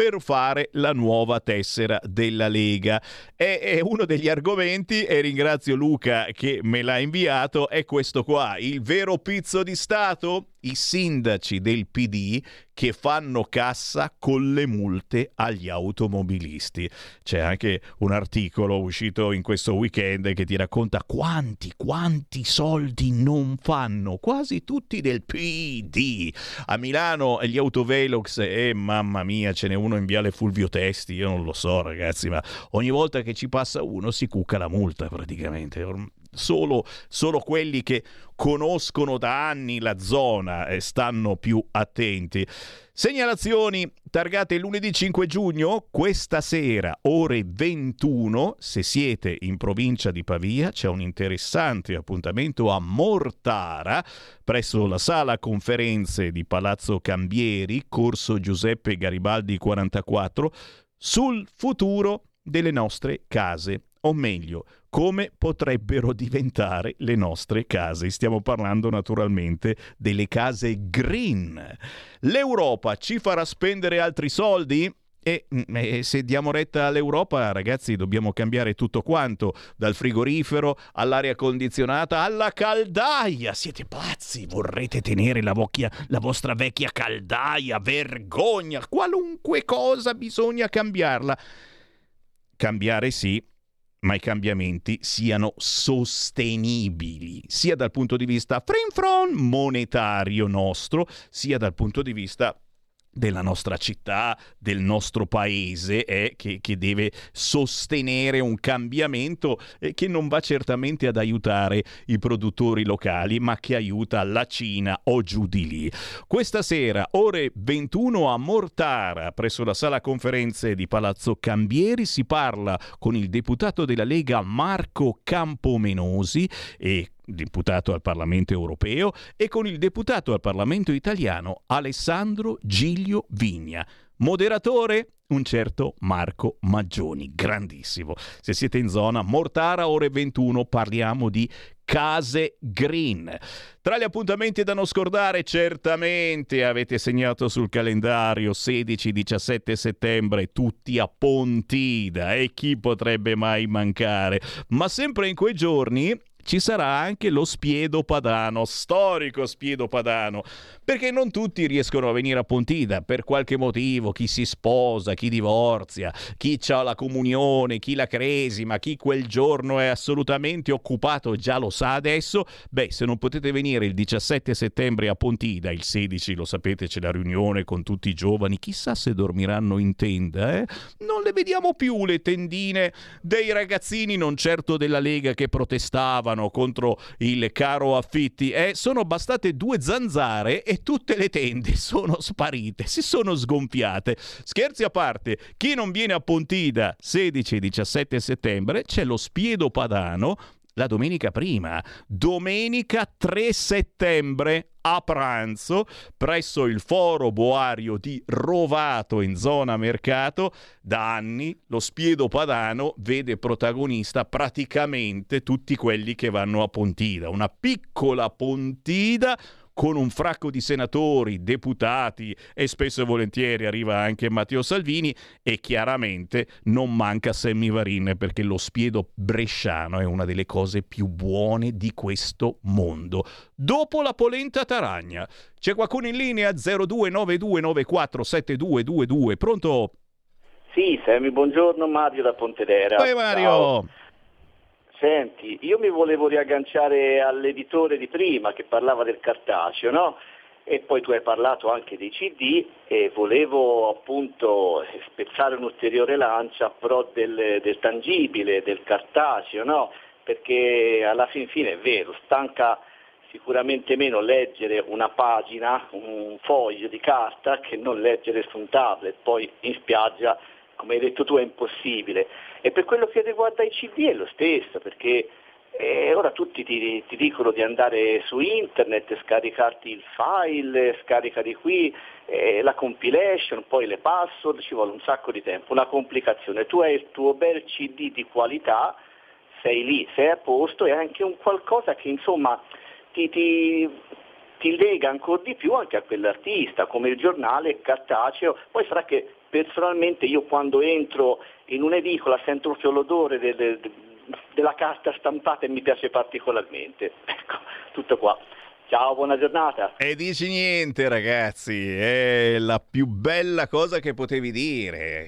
per fare la nuova tessera della Lega. È, è uno degli argomenti, e ringrazio Luca che me l'ha inviato, è questo qua: il vero pizzo di Stato? I sindaci del P D che fanno cassa con le multe agli automobilisti. C'è anche un articolo uscito in questo weekend che ti racconta quanti, quanti soldi non fanno, quasi tutti del P D. A Milano gli autovelox, e eh, mamma mia, ce n'è uno in viale Fulvio Testi, io non lo so ragazzi, ma ogni volta che ci passa uno si cucca la multa praticamente. Solo, solo quelli che conoscono da anni la zona eh, stanno più attenti. Segnalazioni targate lunedì cinque giugno, questa sera ore ventuno, se siete in provincia di Pavia c'è un interessante appuntamento a Mortara presso la sala conferenze di Palazzo Cambieri, corso Giuseppe Garibaldi quarantaquattro, sul futuro delle nostre case, o meglio, come potrebbero diventare le nostre case. Stiamo parlando naturalmente delle case green. L'Europa ci farà spendere altri soldi? E, e se diamo retta all'Europa, ragazzi, dobbiamo cambiare tutto quanto, dal frigorifero all'aria condizionata alla caldaia. Siete pazzi? Vorrete tenere la, vocchia, la vostra vecchia caldaia? Vergogna! Qualunque cosa bisogna cambiarla. Cambiare sì, ma i cambiamenti siano sostenibili, sia dal punto di vista frin-fron monetario nostro, sia dal punto di vista della nostra città, del nostro paese, eh, che, che deve sostenere un cambiamento eh, che non va certamente ad aiutare i produttori locali, ma che aiuta la Cina o giù di lì. Questa sera, ore ventuno a Mortara, presso la sala conferenze di Palazzo Cambieri, si parla con il deputato della Lega Marco Campomenosi e deputato al Parlamento europeo, e con il deputato al Parlamento italiano Alessandro Giglio Vigna. Moderatore? Un certo Marco Maggioni, grandissimo. Se siete in zona, Mortara, ore ventuno, parliamo di case green. Tra gli appuntamenti da non scordare, certamente avete segnato sul calendario sedici diciassette settembre, tutti a Pontida, e chi potrebbe mai mancare? Ma sempre in quei giorni ci sarà anche lo Spiedo Padano, storico Spiedo Padano, perché non tutti riescono a venire a Pontida per qualche motivo, chi si sposa, chi divorzia, chi ha la comunione, chi la cresima, chi quel giorno è assolutamente occupato, già lo sa adesso. Beh, se non potete venire il diciassette settembre a Pontida, il sedici lo sapete c'è la riunione con tutti i giovani, chissà se dormiranno in tenda, eh? Non le vediamo più le tendine dei ragazzini, non certo della Lega, che protestavano contro il caro affitti, e eh, sono bastate due zanzare e tutte le tende sono sparite, si sono sgonfiate. Scherzi a parte, chi non viene a Pontida sedici e diciassette settembre, c'è lo Spiedo Padano la domenica prima, domenica tre settembre a pranzo presso il Foro Boario di Rovato in zona Mercato. Da anni lo Spiedo Padano vede protagonista praticamente tutti quelli che vanno a Pontida, una piccola Pontida con un fracco di senatori, deputati, e spesso e volentieri arriva anche Matteo Salvini, e chiaramente non manca Sammy Varin, perché lo Spiedo bresciano è una delle cose più buone di questo mondo. Dopo la polenta Taragna, c'è qualcuno in linea? zero due nove due nove quattro sette due due due, pronto? Sì, Sammy, buongiorno, Mario da Pontedera. Poi Mario! Ciao. Senti, io mi volevo riagganciare all'editore di prima che parlava del cartaceo, no? E poi tu hai parlato anche dei C D, e volevo appunto spezzare un'ulteriore lancia a pro del, del tangibile, del cartaceo, no? Perché alla fin fine è vero, stanca sicuramente meno leggere una pagina, un foglio di carta, che non leggere su un tablet. Poi in spiaggia, come hai detto tu, è impossibile. E per quello che riguarda i C D è lo stesso, perché eh, ora tutti ti, ti dicono di andare su internet, scaricarti il file, scarica di qui, eh, la compilation, poi le password, ci vuole un sacco di tempo, una complicazione. Tu hai il tuo bel C D di qualità, sei lì, sei a posto, e anche un qualcosa che insomma ti, ti ti lega ancora di più anche a quell'artista, come il giornale cartaceo. Poi sarà che personalmente io quando entro in un'edicola sento proprio l'odore del, del, della carta stampata e mi piace particolarmente. Ecco, tutto qua. Ciao, buona giornata. E dici niente, ragazzi, è la più bella cosa che potevi dire.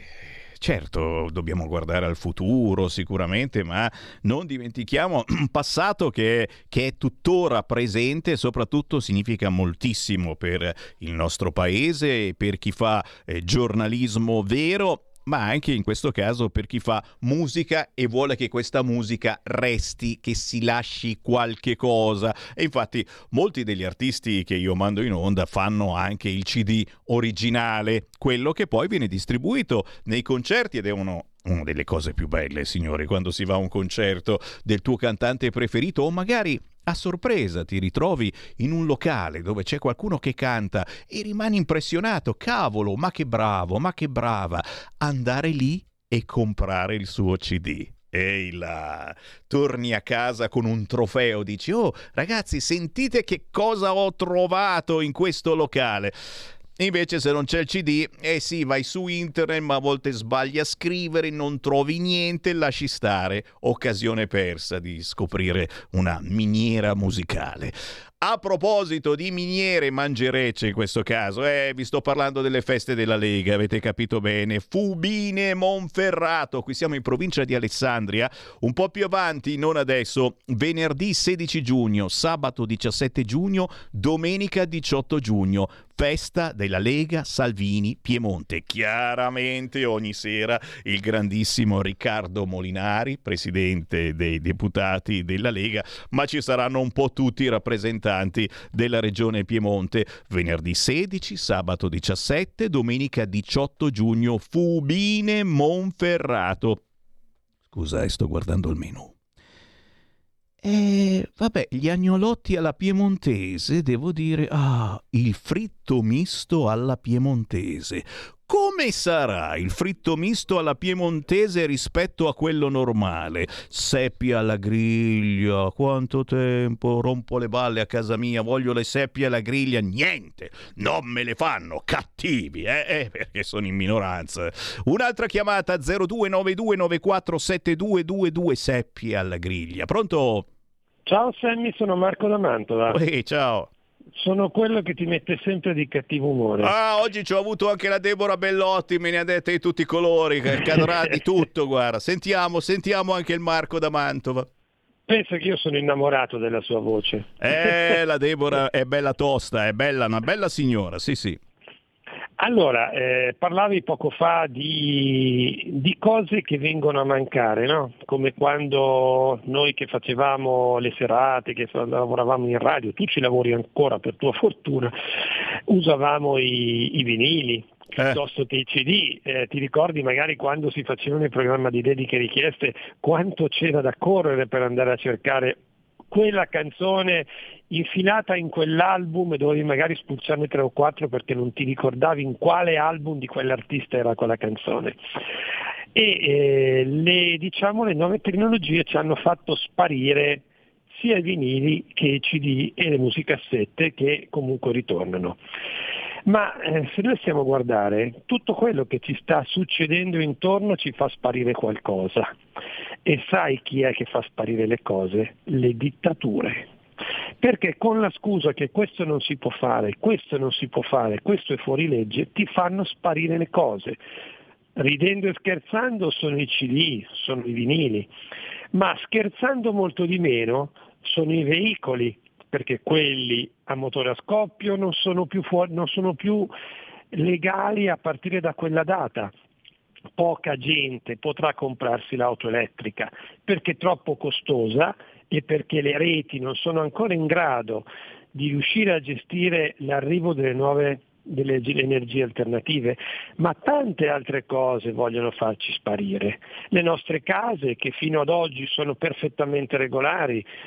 Certo, dobbiamo guardare al futuro sicuramente, ma non dimentichiamo un passato che, che è tuttora presente e soprattutto significa moltissimo per il nostro paese e per chi fa eh, giornalismo vero, ma anche in questo caso per chi fa musica e vuole che questa musica resti, che si lasci qualche cosa. E infatti molti degli artisti che io mando in onda fanno anche il C D originale, quello che poi viene distribuito nei concerti, ed è uno una delle cose più belle, signori, quando si va a un concerto del tuo cantante preferito o magari a sorpresa ti ritrovi in un locale dove c'è qualcuno che canta e rimani impressionato. Cavolo, ma che bravo, ma che brava. Andare lì e comprare il suo C D. Ehi là, torni a casa con un trofeo, dici: oh ragazzi, sentite che cosa ho trovato in questo locale. Invece se non c'è il C D, eh sì, vai su internet, ma a volte sbagli a scrivere, non trovi niente, lasci stare. Occasione persa di scoprire una miniera musicale. A proposito di miniere mangerecce in questo caso, eh, vi sto parlando delle feste della Lega, avete capito bene. Fubine Monferrato, qui siamo in provincia di Alessandria, un po' più avanti, non adesso, venerdì sedici giugno, sabato diciassette giugno, domenica diciotto giugno. Festa della Lega Salvini Piemonte. Chiaramente ogni sera il grandissimo Riccardo Molinari, presidente dei deputati della Lega, ma ci saranno un po' tutti i rappresentanti della regione Piemonte. Venerdì sedici, sabato diciassette, domenica diciotto giugno, Fubine Monferrato. Scusa, sto guardando il menù. E vabbè, gli agnolotti alla piemontese, devo dire, ah, il fritto misto alla piemontese. Come sarà il fritto misto alla piemontese rispetto a quello normale? Seppie alla griglia, quanto tempo, rompo le balle a casa mia, voglio le seppie alla griglia, niente, non me le fanno, cattivi, eh, eh perché sono in minoranza. Un'altra chiamata, zero due nove due nove quattro sette due due due, seppie alla griglia, pronto? Ciao Sammy, sono Marco da Mantova. Ehi, ciao. Sono quello che ti mette sempre di cattivo umore. Ah, oggi ci ho avuto anche la Deborah Bellotti, me ne ha dette di tutti i colori, che cadrà di tutto, guarda. Sentiamo, sentiamo anche il Marco da Mantova. Pensa che io sono innamorato della sua voce. Eh, la Deborah è bella tosta, è bella, una bella signora, sì sì. Allora, eh, parlavi poco fa di, di cose che vengono a mancare, no? Come quando noi che facevamo le serate, che lavoravamo in radio, tu ci lavori ancora per tua fortuna, usavamo i, i vinili, piuttosto che i C D, eh, ti ricordi magari quando si facevano il programma di dediche e richieste, quanto c'era da correre per andare a cercare quella canzone infilata in quell'album e dovevi magari spulciarne tre o quattro perché non ti ricordavi in quale album di quell'artista era quella canzone. E eh, le, diciamo, le nuove tecnologie ci hanno fatto sparire sia i vinili che i C D e le musicassette, che comunque ritornano. Ma eh, se noi stiamo a guardare, tutto quello che ci sta succedendo intorno ci fa sparire qualcosa. E sai chi è che fa sparire le cose? Le dittature. Perché con la scusa che questo non si può fare, questo non si può fare, questo è fuori legge, ti fanno sparire le cose. Ridendo e scherzando sono i C D, sono i vinili, ma scherzando molto di meno sono i veicoli, perché quelli a motore a scoppio non sono più, fuori, non sono più legali a partire da quella data. Poca gente potrà comprarsi l'auto elettrica perché è troppo costosa e perché le reti non sono ancora in grado di riuscire a gestire l'arrivo delle nuove delle energie alternative, ma tante altre cose vogliono farci sparire. Le nostre case, che fino ad oggi sono perfettamente regolari,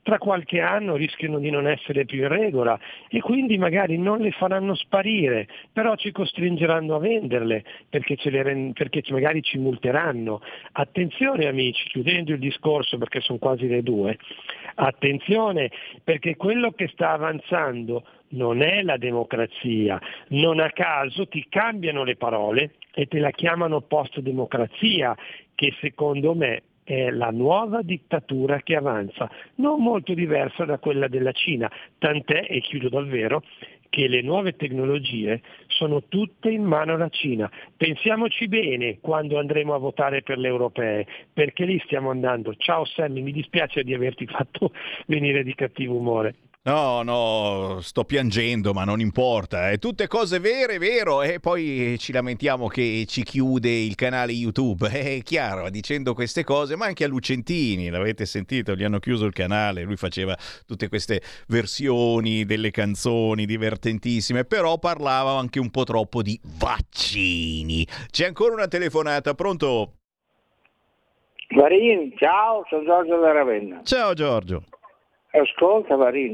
tra qualche anno rischiano di non essere più in regola e quindi magari non le faranno sparire, però ci costringeranno a venderle perché, ce le rend- perché magari ci multeranno. Attenzione amici, chiudendo il discorso perché sono quasi le due, attenzione perché quello che sta avanzando non è la democrazia, non a caso ti cambiano le parole e te la chiamano post-democrazia, che secondo me è la nuova dittatura che avanza, non molto diversa da quella della Cina, tant'è, e chiudo davvero, che le nuove tecnologie sono tutte in mano alla Cina. Pensiamoci bene quando andremo a votare per le europee, perché lì stiamo andando. Ciao Sammy, mi dispiace di averti fatto venire di cattivo umore. No, no, sto piangendo, ma non importa, è tutte cose vere, vero, e poi ci lamentiamo che ci chiude il canale YouTube, è chiaro, dicendo queste cose, ma anche a Lucentini, l'avete sentito, gli hanno chiuso il canale, lui faceva tutte queste versioni delle canzoni divertentissime, però parlava anche un po' troppo di vaccini. C'è ancora una telefonata, pronto? Varin, ciao, sono Giorgio da Ravenna. Ciao Giorgio. Ascolta Varin,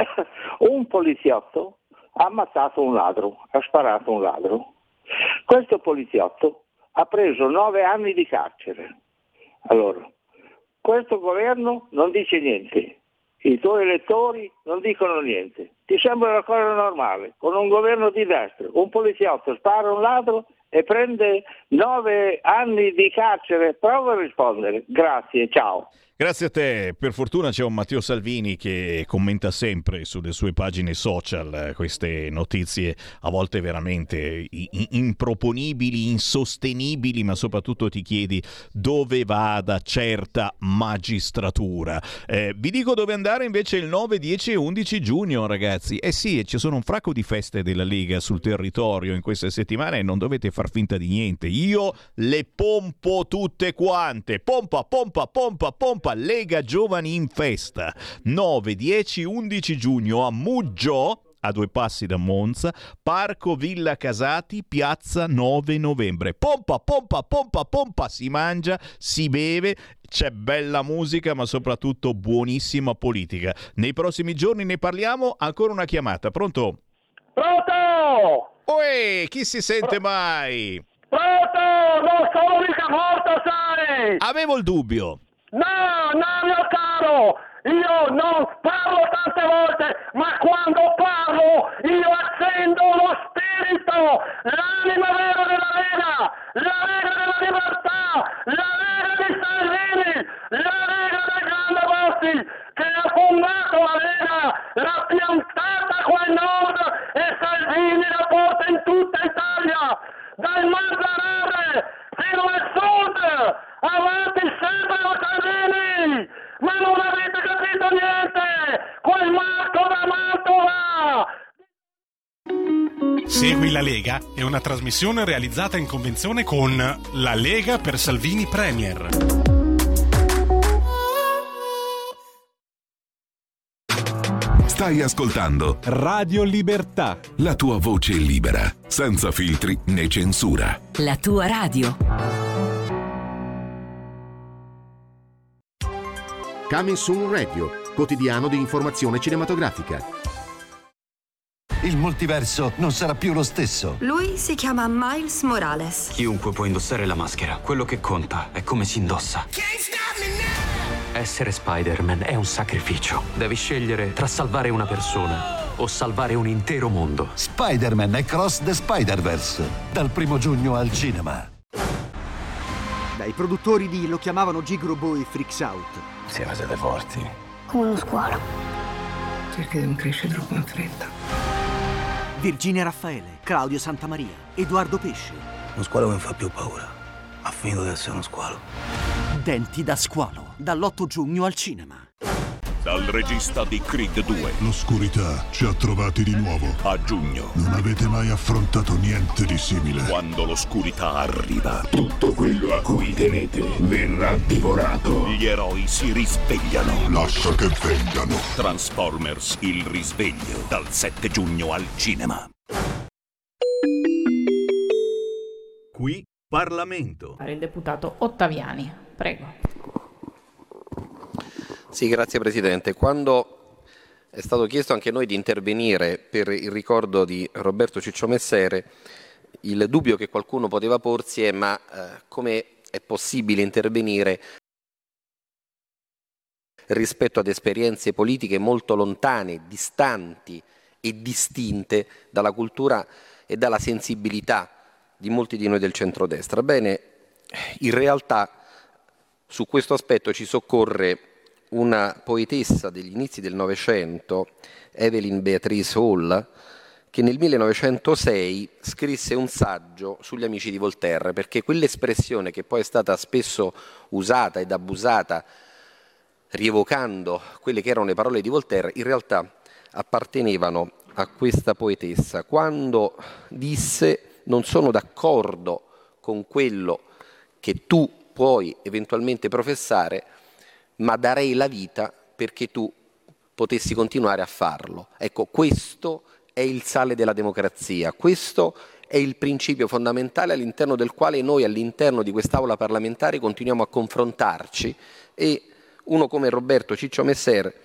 un poliziotto ha ammazzato un ladro, ha sparato un ladro. Questo poliziotto ha preso nove anni di carcere. Allora, questo governo non dice niente, i tuoi elettori non dicono niente. Ti sembra una cosa normale, con un governo di destra, un poliziotto spara un ladro e prende nove anni di carcere? Prova a rispondere. Grazie, ciao. Grazie a te, per fortuna c'è un Matteo Salvini che commenta sempre sulle sue pagine social queste notizie a volte veramente improponibili, insostenibili, ma soprattutto ti chiedi dove vada certa magistratura. Eh, vi dico dove andare invece il nove, dieci e undici giugno, ragazzi. Eh sì, ci sono un fracco di feste della Lega sul territorio in queste settimane e non dovete far finta di niente. Io le pompo tutte quante, pompa, pompa, pompa, pompa. Lega Giovani in Festa, nove, dieci, undici giugno a Muggio, a due passi da Monza, Parco Villa Casati, piazza nove novembre. Pompa, pompa, pompa, pompa, si mangia, si beve, c'è bella musica, ma soprattutto buonissima politica. Nei prossimi giorni ne parliamo. Ancora una chiamata, pronto? Pronto! Uè, chi si sente mai? Pronto! Non sono mica morto, sai! Avevo il dubbio. No, no, mio caro, io non parlo tante volte, ma quando parlo io accendo lo spirito, l'anima vera della Lega, la Lega della Libertà, la Lega di Salvini, la Lega del Grande Bossi, che ha fondato la Lega, l'ha piantata qua in nord e Salvini la porta in tutta Italia, dal Mazzarare fino al sud. Avanti sempre la Salvini! Ma non avete capito niente! Quel Marco da Mantova! Segui la Lega è una trasmissione realizzata in convenzione con La Lega per Salvini Premier. Stai ascoltando Radio Libertà, la tua voce libera, senza filtri né censura. La tua radio. Coming Soon Radio, quotidiano di informazione cinematografica. Il multiverso non sarà più lo stesso. Lui si chiama Miles Morales. Chiunque può indossare la maschera. Quello che conta è come si indossa. Essere Spider-Man è un sacrificio. Devi scegliere tra salvare una persona o salvare un intero mondo. Spider-Man Across the Spider-Verse, dal primo giugno al cinema. Dai produttori di Lo chiamavano Gigrobo e Freaks Out. Siamo siete forti. Come uno squalo. Perché non cresce troppo in fretta. Virginia Raffaele, Claudio Santamaria, Edoardo Pesce. Uno squalo che non fa più paura. Ha finito di essere uno squalo. Denti da squalo, dall'otto giugno al cinema. Dal regista di Creed due. L'oscurità ci ha trovati di nuovo. A giugno. Non avete mai affrontato niente di simile. Quando l'oscurità arriva, Tutto quello a cui tenete verrà divorato. gli eroi si risvegliano. Lascia che vengano. Transformers, il risveglio. Dal sette giugno al cinema. Qui Parlamento. Il deputato Ottaviani, prego. Sì, grazie Presidente. Quando è stato chiesto anche a noi di intervenire per il ricordo di Roberto Ciccio Messere, il dubbio che qualcuno poteva porsi è ma eh, come è possibile intervenire rispetto ad esperienze politiche molto lontane, distanti e distinte dalla cultura e dalla sensibilità di molti di noi del centrodestra. Bene, in realtà su questo aspetto ci soccorre una poetessa degli inizi del Novecento, Evelyn Beatrice Hall, che nel millenovecentosei scrisse un saggio sugli amici di Voltaire, perché quell'espressione che poi è stata spesso usata ed abusata rievocando quelle che erano le parole di Voltaire, in realtà appartenevano a questa poetessa, quando disse: non sono d'accordo con quello che tu puoi eventualmente professare, ma darei la vita perché tu potessi continuare a farlo. Ecco, questo è il sale della democrazia, questo è il principio fondamentale all'interno del quale noi, all'interno di quest'Aula parlamentare, continuiamo a confrontarci, e uno come Roberto Ciccio Messere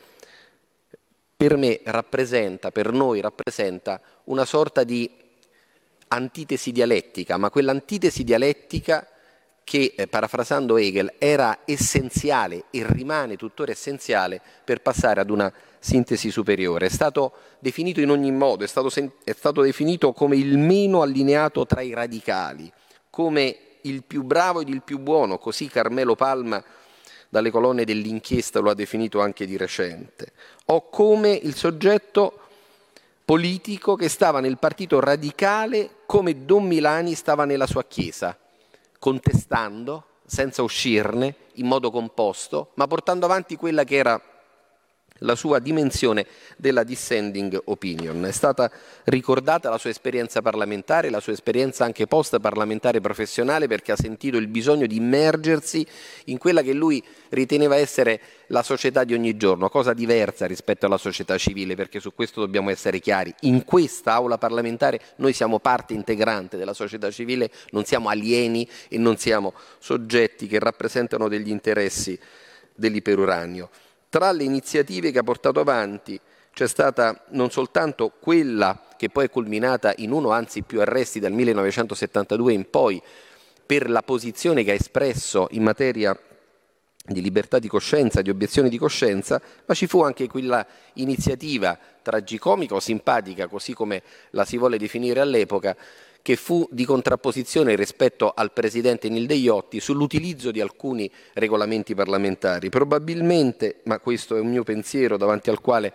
per me rappresenta, per noi rappresenta una sorta di antitesi dialettica, ma quell'antitesi dialettica che, eh, parafrasando Hegel, era essenziale e rimane tuttora essenziale per passare ad una sintesi superiore. È stato definito in ogni modo, è stato, è stato definito come il meno allineato tra i radicali, come il più bravo ed il più buono, così Carmelo Palma dalle colonne dell'Inchiesta lo ha definito anche di recente, o come il soggetto politico che stava nel partito radicale come Don Milani stava nella sua chiesa, contestando, senza uscirne, in modo composto, ma portando avanti quella che era la sua dimensione della dissenting opinion. È stata ricordata la sua esperienza parlamentare, la sua esperienza anche post parlamentare professionale, perché ha sentito il bisogno di immergersi in quella che lui riteneva essere la società di ogni giorno, cosa diversa rispetto alla società civile, perché su questo dobbiamo essere chiari. In questa aula parlamentare noi siamo parte integrante della società civile, non siamo alieni e non siamo soggetti che rappresentano degli interessi dell'iperuranio. Tra le iniziative che ha portato avanti c'è stata non soltanto quella che poi è culminata in uno, anzi più arresti dal millenovecentosettantadue in poi, per la posizione che ha espresso in materia di libertà di coscienza, di obiezione di coscienza, ma ci fu anche quella iniziativa tragicomica o simpatica, così come la si vuole definire all'epoca, che fu di contrapposizione rispetto al presidente Nilde Iotti sull'utilizzo di alcuni regolamenti parlamentari. Probabilmente, ma questo è un mio pensiero davanti al quale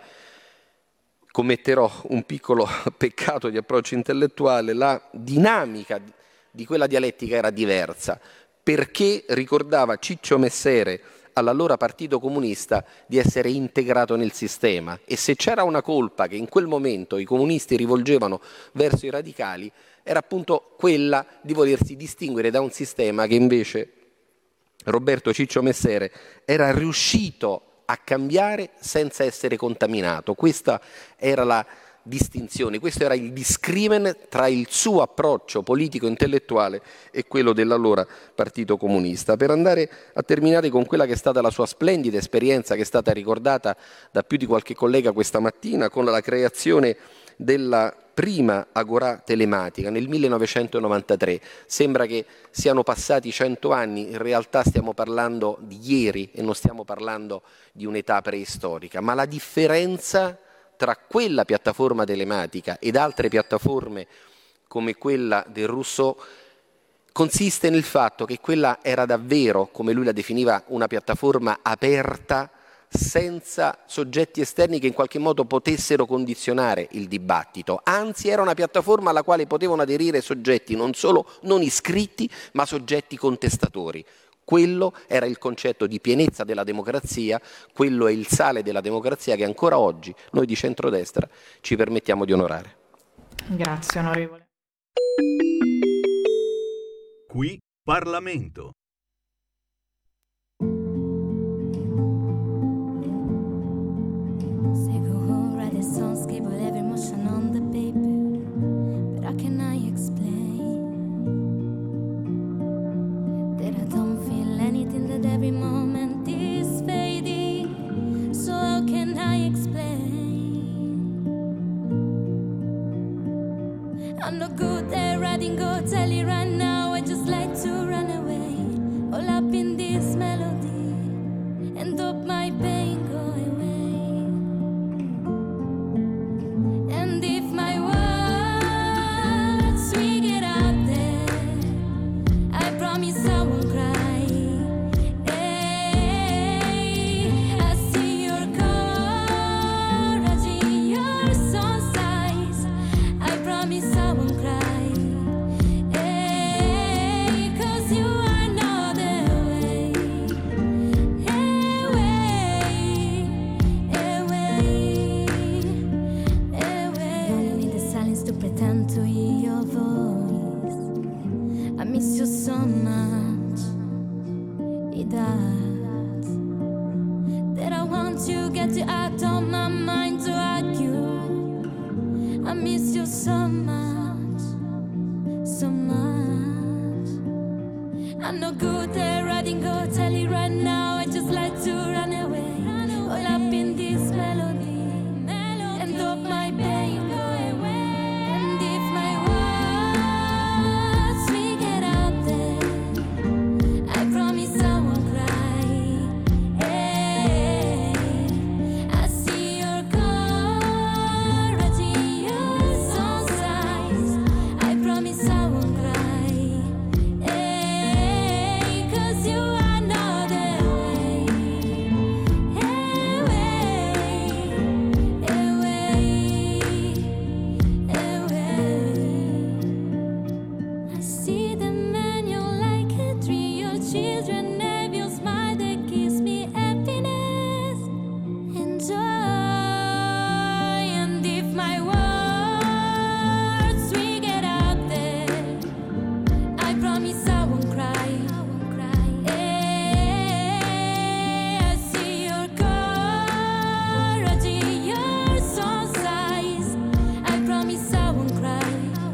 commetterò un piccolo peccato di approccio intellettuale, la dinamica di quella dialettica era diversa, perché ricordava Ciccio Messere all'allora Partito Comunista di essere integrato nel sistema, e se c'era una colpa che in quel momento i comunisti rivolgevano verso i radicali era appunto quella di volersi distinguere da un sistema che invece Roberto Ciccio Messere era riuscito a cambiare senza essere contaminato. Questa era la distinzione, questo era il discrimen tra il suo approccio politico-intellettuale e quello dell'allora Partito Comunista. Per andare a terminare con quella che è stata la sua splendida esperienza, che è stata ricordata da più di qualche collega questa mattina, con la creazione della prima agorà telematica nel millenovecentonovantatré. Sembra che siano passati cento anni, in realtà stiamo parlando di ieri e non stiamo parlando di un'età preistorica, ma la differenza tra quella piattaforma telematica ed altre piattaforme come quella del Rousseau consiste nel fatto che quella era davvero, come lui la definiva, una piattaforma aperta, senza soggetti esterni che in qualche modo potessero condizionare il dibattito. Anzi, era una piattaforma alla quale potevano aderire soggetti non solo non iscritti, ma soggetti contestatori. Quello era il concetto di pienezza della democrazia, quello è il sale della democrazia che ancora oggi noi di centrodestra ci permettiamo di onorare. Grazie, onorevole. Qui Parlamento. Every moment is fading. promise I won't cry. Hey, I see your courage in your son's eyes. I promise I won't cry. Hey, 'cause you are not the way. Hey, way, hey, way, hey, way. Don't need the silence to pretend to hear your voice. I miss you so much. It does. That I want to get you out of my mind to argue. I miss you so much, so much. I'm no good at writing, go tell you right now. I just like to run away, all up in this melody, and hope my pain go away. And if my words we get out there, I promise I won't cry. Hey, I see your courage in your son's eyes. I promise I won't cry. Hey, 'cause you are not the way. Hey, way, hey, way, hey, way. I see the man you like a tree, your children have your smile that gives me happiness and joy. And if my words we get out there, I promise I won't cry. Hey, I see your courage in your son's eyes. I promise I won't cry.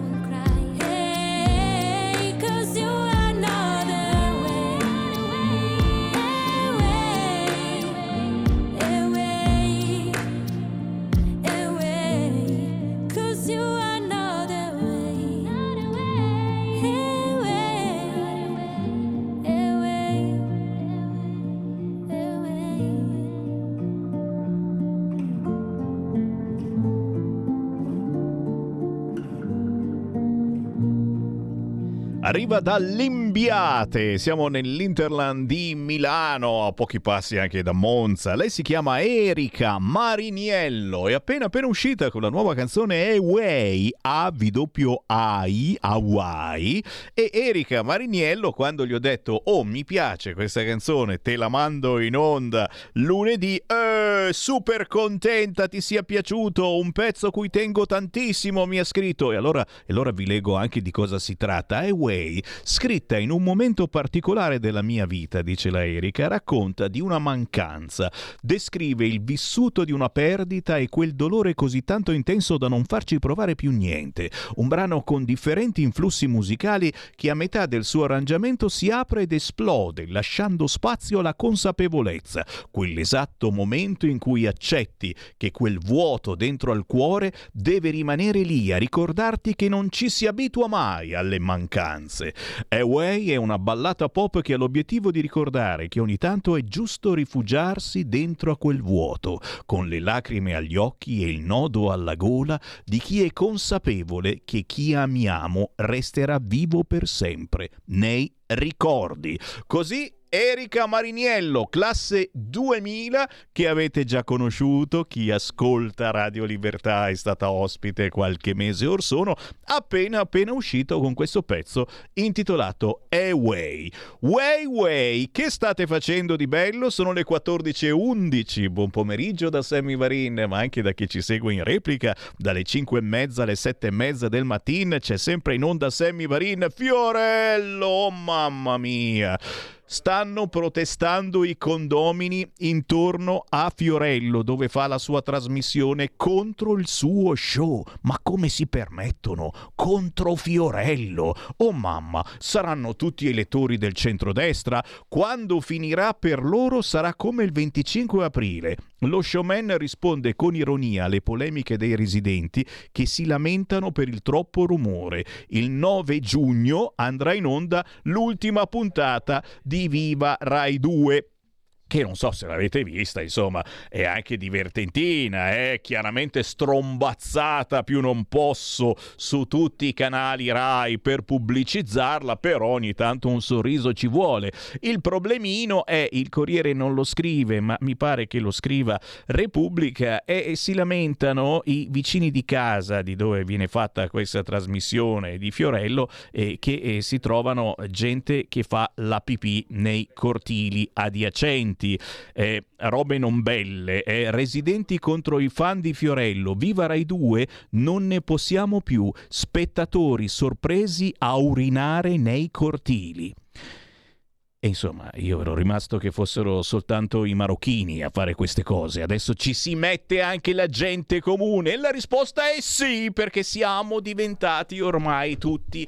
Hey, 'cause you are not the way. Hey, way, hey, way, hey, way, 'cause you are not the way. Hey, way, hey, way, hey, way. Arriva dall'Imbiate, siamo nell'Interland di Milano, a pochi passi anche da Monza. Lei si chiama Erika Mariniello, è appena appena uscita con la nuova canzone Away, A W A I, Hawaii. E Erika Mariniello, quando gli ho detto oh mi piace questa canzone, te la mando in onda lunedì, eh, super contenta, ti sia piaciuto, un pezzo a cui tengo tantissimo, mi ha scritto. E allora, e allora vi leggo anche di cosa si tratta. Away, scritta in un momento particolare della mia vita, dice la Erika, racconta di una mancanza, descrive il vissuto di una perdita e quel dolore così tanto intenso da non farci provare più niente. Un brano con differenti influssi musicali che a metà del suo arrangiamento si apre ed esplode, lasciando spazio alla consapevolezza, quell'esatto momento in cui accetti che quel vuoto dentro al cuore deve rimanere lì a ricordarti che non ci si abitua mai alle mancanze. Away è una ballata pop che ha l'obiettivo di ricordare che ogni tanto è giusto rifugiarsi dentro a quel vuoto, con le lacrime agli occhi e il nodo alla gola di chi è consapevole che chi amiamo resterà vivo per sempre nei ricordi. Così Erika Mariniello, classe duemila, che avete già conosciuto, chi ascolta Radio Libertà è stata ospite qualche mese or sono, appena appena uscito con questo pezzo intitolato Away. Way Way, che state facendo di bello? Sono le quattordici e undici, buon pomeriggio da Sammy Varin, ma anche da chi ci segue in replica, dalle cinque e mezza alle sette e mezza del mattino, c'è sempre in onda Sammy Varin. Fiorello, oh mamma mia! Stanno protestando i condomini intorno a Fiorello, dove fa la sua trasmissione, contro il suo show. Ma come si permettono? Contro Fiorello? Oh mamma, saranno tutti elettori del centrodestra? Quando finirà per loro sarà come il venticinque aprile. Lo showman risponde con ironia alle polemiche dei residenti che si lamentano per il troppo rumore. Il nove giugno andrà in onda l'ultima puntata di Viva Rai due. che non so se l'avete vista, insomma, è anche divertentina, è chiaramente strombazzata più non posso su tutti i canali Rai per pubblicizzarla, però ogni tanto un sorriso ci vuole. Il problemino è, il Corriere non lo scrive, ma mi pare che lo scriva Repubblica, e si lamentano i vicini di casa di dove viene fatta questa trasmissione di Fiorello, eh, che eh, si trovano gente che fa la pipì nei cortili adiacenti. Eh, robe non belle, eh, residenti contro i fan di Fiorello, viva Rai due, non ne possiamo più, spettatori sorpresi a urinare nei cortili. E insomma, io ero rimasto che fossero soltanto i marocchini a fare queste cose. Adesso ci si mette anche la gente comune? E la risposta è sì, perché siamo diventati ormai tutti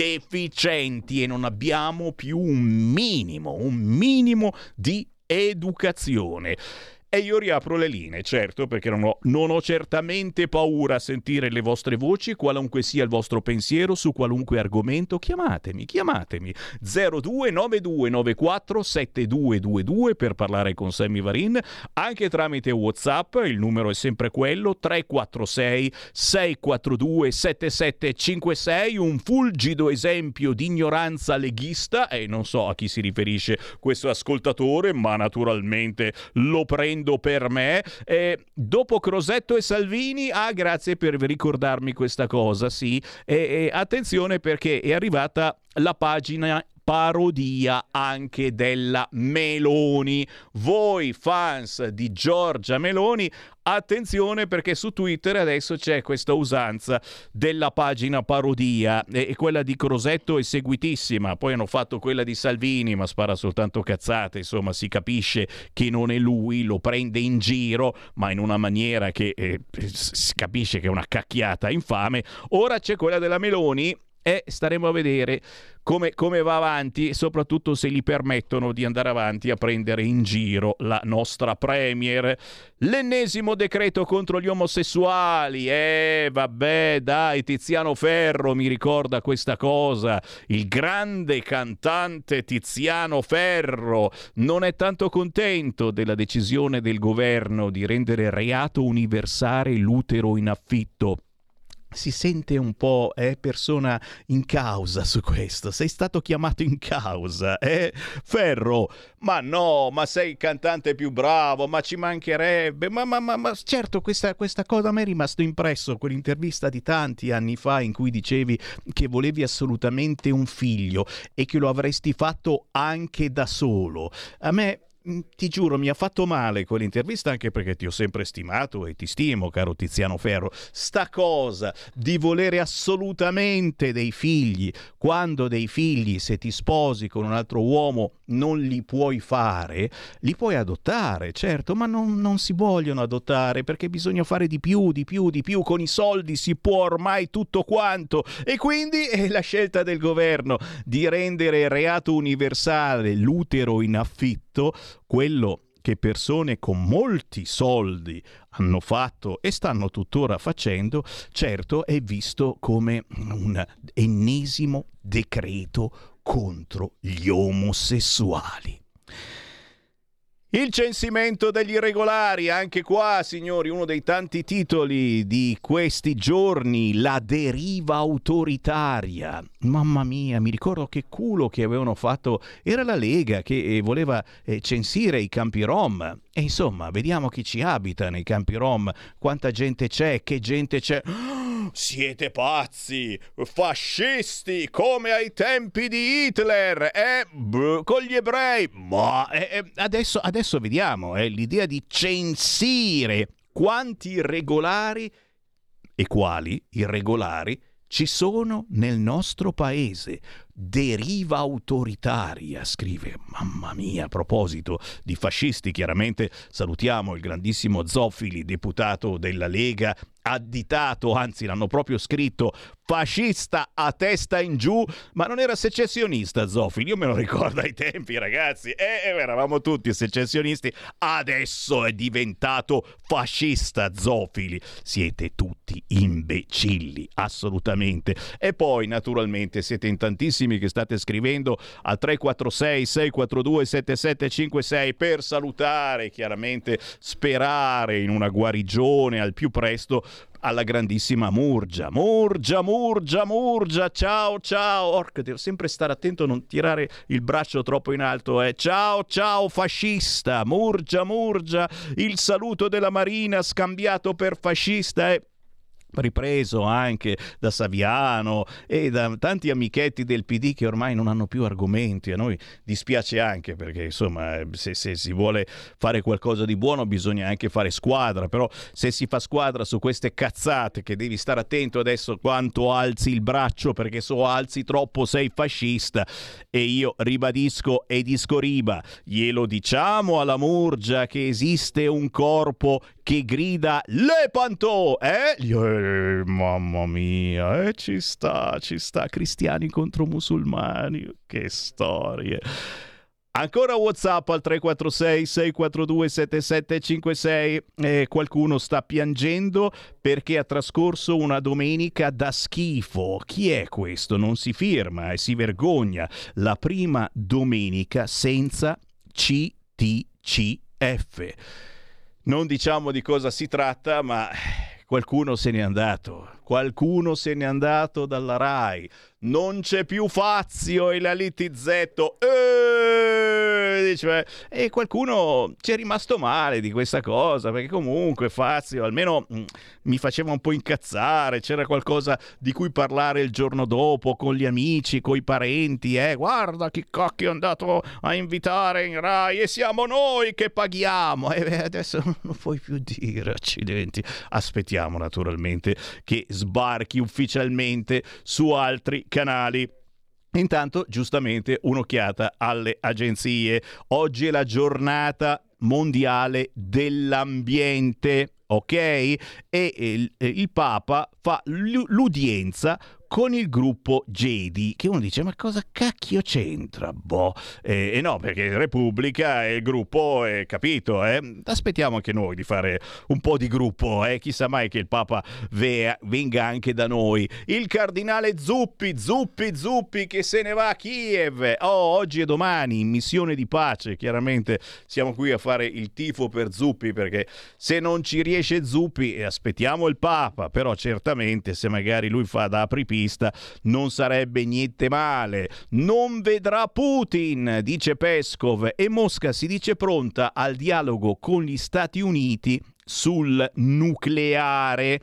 deficienti e non abbiamo più un minimo, un minimo di educazione. E io riapro le linee, certo, perché non ho, non ho certamente paura a sentire le vostre voci, qualunque sia il vostro pensiero su qualunque argomento. Chiamatemi, chiamatemi zero due nove due nove quattro sette due due due per parlare con Sammy Varin, anche tramite WhatsApp, il numero è sempre quello, tre quattro sei sei quattro due sette sette cinque sei, un fulgido esempio di ignoranza leghista, e non so a chi si riferisce questo ascoltatore, ma naturalmente lo prendo per me. Eh, dopo Crosetto e Salvini, ah grazie per ricordarmi questa cosa, sì, e, e attenzione perché è arrivata la pagina parodia anche della Meloni. Voi fans di Giorgia Meloni, attenzione, perché su Twitter adesso c'è questa usanza della pagina parodia, e, e quella di Crosetto è seguitissima, poi hanno fatto quella di Salvini, ma spara soltanto cazzate, insomma si capisce che non è lui, lo prende in giro, ma in una maniera che eh, si capisce che è una cacchiata infame. Ora c'è quella della Meloni, e staremo a vedere come, come va avanti, e soprattutto se gli permettono di andare avanti a prendere in giro la nostra premier. L'ennesimo decreto contro gli omosessuali, eh vabbè dai, Tiziano Ferro mi ricorda questa cosa, il grande cantante Tiziano Ferro non è tanto contento della decisione del governo di rendere reato universale l'utero in affitto. Si sente un po' eh, persona in causa su questo. Sei stato chiamato in causa, eh? Ferro, ma no, ma sei il cantante più bravo, ma ci mancherebbe. Ma, ma, ma, ma certo, questa, questa cosa a me è rimasto impresso, quell'intervista di tanti anni fa in cui dicevi che volevi assolutamente un figlio e che lo avresti fatto anche da solo. A me, ti giuro, mi ha fatto male quell'intervista, anche perché ti ho sempre stimato e ti stimo, caro Tiziano Ferro. Sta cosa di volere assolutamente dei figli, quando dei figli, se ti sposi con un altro uomo, non li puoi fare, li puoi adottare, certo, ma non, non si vogliono adottare perché bisogna fare di più, di più, di più. Con i soldi si può ormai tutto quanto, e quindi è la scelta del governo di rendere reato universale l'utero in affitto, quello che persone con molti soldi hanno fatto e stanno tuttora facendo. Certo, è visto come un ennesimo decreto contro gli omosessuali. Il censimento degli irregolari, anche qua, signori, uno dei tanti titoli di questi giorni, la deriva autoritaria. Mamma mia, mi ricordo che culo che avevano fatto, era la Lega che voleva eh, censire i campi Rom. E insomma, vediamo chi ci abita nei campi Rom, quanta gente c'è, che gente c'è. Siete pazzi, fascisti, come ai tempi di Hitler, eh? Beh, con gli ebrei. Ma eh, adesso, adesso vediamo, eh, l'idea di censire quanti irregolari e quali irregolari ci sono nel nostro paese. Deriva autoritaria, scrive. Mamma mia, a proposito di fascisti, chiaramente salutiamo il grandissimo Zoffili, deputato della Lega additato, anzi l'hanno proprio scritto, fascista a testa in giù, ma non era secessionista Zofili, io me lo ricordo ai tempi, ragazzi, e eh, eravamo tutti secessionisti, adesso è diventato fascista Zofili, siete tutti imbecilli, assolutamente. E poi naturalmente siete in tantissimi che state scrivendo al tre quattro sei sei quattro due sette sette cinque sei per salutare, chiaramente sperare in una guarigione al più presto alla grandissima Murgia. Murgia, Murgia, Murgia, ciao, ciao. Orca, devo sempre stare attento a non tirare il braccio troppo in alto. Eh. Ciao, ciao, fascista. Murgia, Murgia, il saluto della Marina scambiato per fascista. Eh. Ripreso anche da Saviano e da tanti amichetti del P D che ormai non hanno più argomenti. A noi dispiace anche perché insomma se, se si vuole fare qualcosa di buono bisogna anche fare squadra, però se si fa squadra su queste cazzate che devi stare attento adesso quanto alzi il braccio, perché se alzi troppo sei fascista. E io ribadisco e discoriba, glielo diciamo alla Murgia che esiste un corpo che grida Lepanto, eh? eh mamma mia, eh, ci sta, ci sta, cristiani contro musulmani, che storie. Ancora WhatsApp al tre quattro sei sei quattro due sette sette cinque sei. Eh, qualcuno sta piangendo perché ha trascorso una domenica da schifo. Chi è questo? Non si firma e si vergogna. La prima domenica senza C T C F. Non diciamo di cosa si tratta, ma qualcuno se n'è andato. Qualcuno se n'è andato dalla Rai. Non c'è più Fazio e la Littizzetto. Eh, cioè, e qualcuno ci è rimasto male di questa cosa, perché comunque Fazio almeno mh, mi faceva un po' incazzare, c'era qualcosa di cui parlare il giorno dopo con gli amici, coi parenti, eh, guarda chi cacchio è andato a invitare in Rai e siamo noi che paghiamo. E eh, adesso non lo puoi più dire, accidenti. Aspettiamo naturalmente che sbarchi ufficialmente su altri canali. Intanto, giustamente, un'occhiata alle agenzie. Oggi è la giornata mondiale dell'ambiente, ok? E il, il Papa fa l'udienza con il gruppo Gedi, che uno dice ma cosa cacchio c'entra? Boh, e eh, eh no, perché Repubblica è il gruppo, è capito, eh? Aspettiamo anche noi di fare un po' di gruppo, eh? Chissà mai che il Papa ve- venga anche da noi. Il cardinale Zuppi, Zuppi, Zuppi che se ne va a Kiev, oh, oggi e domani in missione di pace, chiaramente siamo qui a fare il tifo per Zuppi, perché se non ci riesce Zuppi aspettiamo il Papa, però certamente se magari lui fa da apripista non sarebbe niente male. Non vedrà Putin, dice Peskov, e Mosca si dice pronta al dialogo con gli Stati Uniti sul nucleare.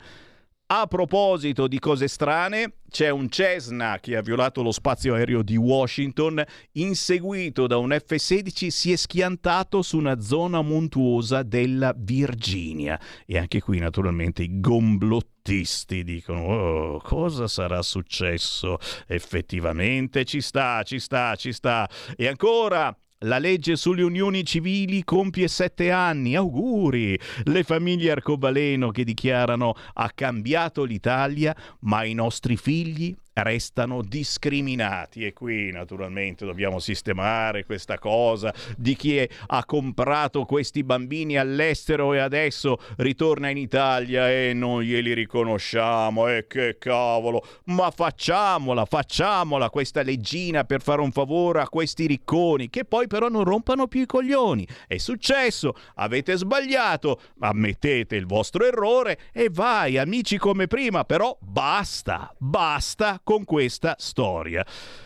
A proposito di cose strane, c'è un Cessna che ha violato lo spazio aereo di Washington, inseguito da un F sedici, si è schiantato su una zona montuosa della Virginia. E anche qui naturalmente i gomblottisti dicono oh, cosa sarà successo? Effettivamente ci sta, ci sta, ci sta. E ancora... la legge sulle unioni civili compie sette anni, auguri! Le famiglie arcobaleno che dichiarano ha cambiato l'Italia, ma i nostri figli restano discriminati. E qui naturalmente dobbiamo sistemare questa cosa di chi è, ha comprato questi bambini all'estero e adesso ritorna in Italia e non glieli riconosciamo. E che cavolo, ma facciamola, facciamola questa leggina per fare un favore a questi ricconi che poi però non rompano più i coglioni. È successo, avete sbagliato, ammettete il vostro errore e vai, amici come prima, però basta, basta con questa storia.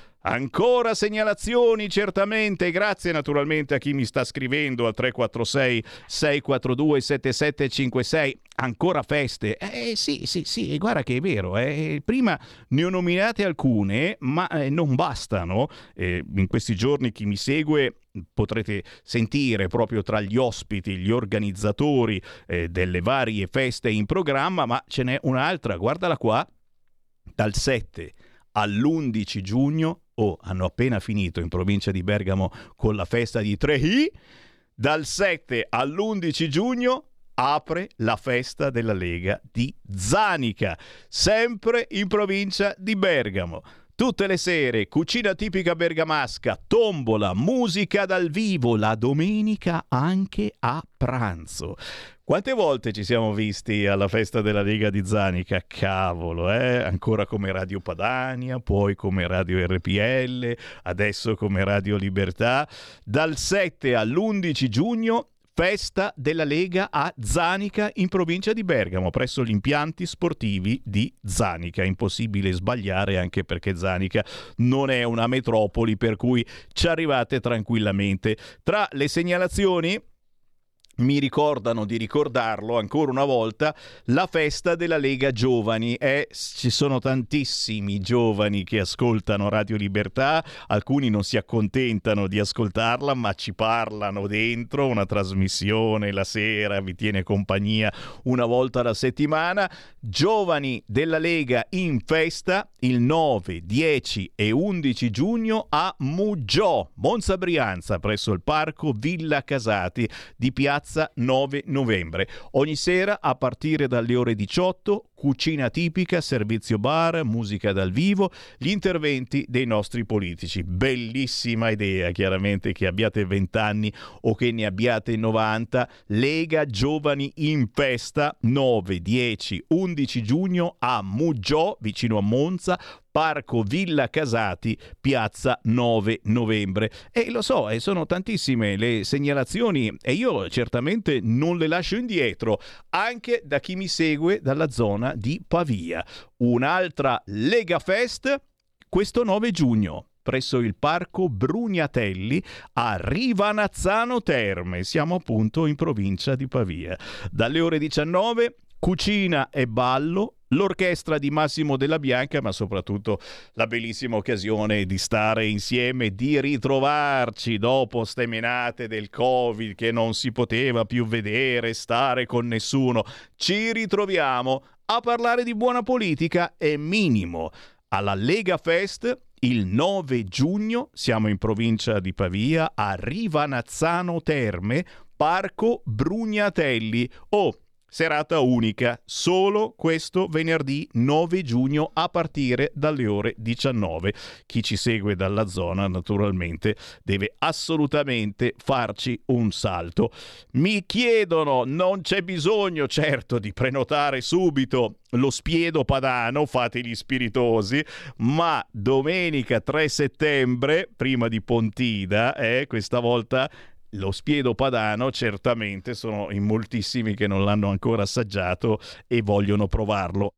Ancora segnalazioni, certamente, grazie naturalmente a chi mi sta scrivendo al tre quattro sei sei quattro due sette sette cinque sei. Ancora feste? Eh sì, sì, sì, guarda che è vero, eh. Prima ne ho nominate alcune, ma eh, non bastano. Eh, in questi giorni chi mi segue potrete sentire proprio tra gli ospiti, gli organizzatori eh, delle varie feste in programma, ma ce n'è un'altra, guardala qua, dal sette all'undici giugno, oh, hanno appena finito in provincia di Bergamo con la festa di tre i, dal sette all'undici giugno apre la festa della Lega di Zanica, sempre in provincia di Bergamo. Tutte le sere, cucina tipica bergamasca, tombola, musica dal vivo, la domenica anche a pranzo. Quante volte ci siamo visti alla festa della Lega di Zanica? Cavolo, eh? Ancora come Radio Padania, poi come Radio R P L, adesso come Radio Libertà. Dal sette all'undici giugno, festa della Lega a Zanica in provincia di Bergamo, presso gli impianti sportivi di Zanica. Impossibile sbagliare, anche perché Zanica non è una metropoli, per cui ci arrivate tranquillamente. Tra le segnalazioni, mi ricordano di ricordarlo ancora una volta, la festa della Lega Giovani. Eh, ci sono tantissimi giovani che ascoltano Radio Libertà, alcuni non si accontentano di ascoltarla, ma ci parlano dentro, una trasmissione la sera, vi tiene compagnia una volta alla settimana. Giovani della Lega in festa il nove, dieci e undici giugno a Muggiò, Monza Brianza, presso il parco Villa Casati di Piazza nove novembre. Ogni sera a partire dalle ore diciotto, cucina tipica, servizio bar, musica dal vivo, gli interventi dei nostri politici. Bellissima idea, chiaramente, che abbiate venti anni o che ne abbiate novanta. Lega Giovani in festa nove, dieci, undici giugno a Muggiò, vicino a Monza, Parco Villa Casati, piazza nove novembre. E lo so, e sono tantissime le segnalazioni e io certamente non le lascio indietro, anche da chi mi segue dalla zona di Pavia. Un'altra Lega Fest questo nove giugno presso il Parco Brugnatelli a Rivanazzano Terme. Siamo appunto in provincia di Pavia. Dalle ore diciannove, cucina e ballo, l'orchestra di Massimo Della Bianca, ma soprattutto la bellissima occasione di stare insieme, di ritrovarci dopo ste menate del Covid che non si poteva più vedere, stare con nessuno. Ci ritroviamo a parlare di buona politica e minimo alla Lega Fest il nove giugno. Siamo in provincia di Pavia a Rivanazzano Terme, Parco Brugnatelli. Oh, serata unica, solo questo venerdì nove giugno a partire dalle ore diciannove. Chi ci segue dalla zona naturalmente deve assolutamente farci un salto. Mi chiedono, non c'è bisogno certo di prenotare subito lo Spiedo Padano, fate gli spiritosi, ma domenica tre settembre, prima di Pontida, eh, questa volta lo Spiedo Padano, certamente sono in moltissimi che non l'hanno ancora assaggiato e vogliono provarlo.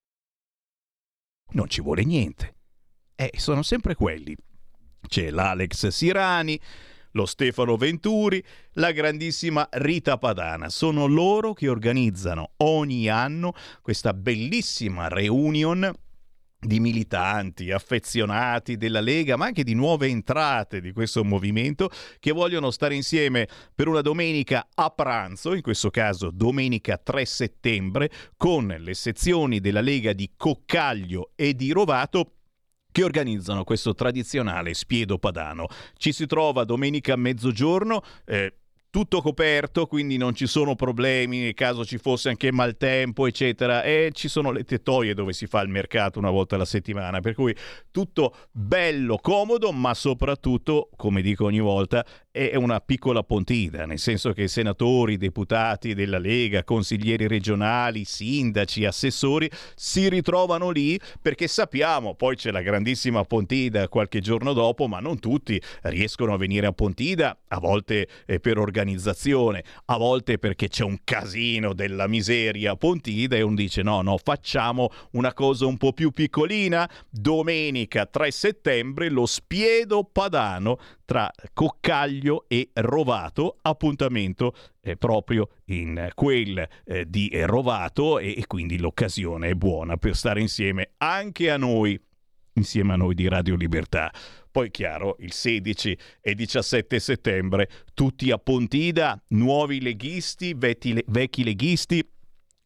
Non ci vuole niente. Eh, sono sempre quelli. C'è l'Alex Sirani, lo Stefano Venturi, la grandissima Rita Padana. Sono loro che organizzano ogni anno questa bellissima reunion di militanti, affezionati della Lega, ma anche di nuove entrate di questo movimento che vogliono stare insieme per una domenica a pranzo, in questo caso domenica tre settembre, con le sezioni della Lega di Coccaglio e di Rovato, che organizzano questo tradizionale Spiedo Padano. Ci si trova domenica a mezzogiorno, eh, tutto coperto, quindi non ci sono problemi nel caso ci fosse anche maltempo, eccetera, e ci sono le tettoie dove si fa il mercato una volta alla settimana, per cui tutto bello, comodo, ma soprattutto, come dico ogni volta, è una piccola Pontida, nel senso che senatori, deputati della Lega, consiglieri regionali, sindaci, assessori si ritrovano lì, perché sappiamo, poi c'è la grandissima Pontida qualche giorno dopo, ma non tutti riescono a venire a Pontida, a volte eh, per organizzazione, a volte perché c'è un casino della miseria a Pontida e uno dice no, no, facciamo una cosa un po' più piccolina. Domenica tre settembre lo Spiedo Padano tra Coccaglio e Rovato, appuntamento eh, proprio in quel eh, di Rovato e, e quindi l'occasione è buona per stare insieme anche a noi, insieme a noi di Radio Libertà. Poi chiaro, il sedici e diciassette settembre tutti a Pontida, nuovi leghisti, vecchi, vecchi leghisti,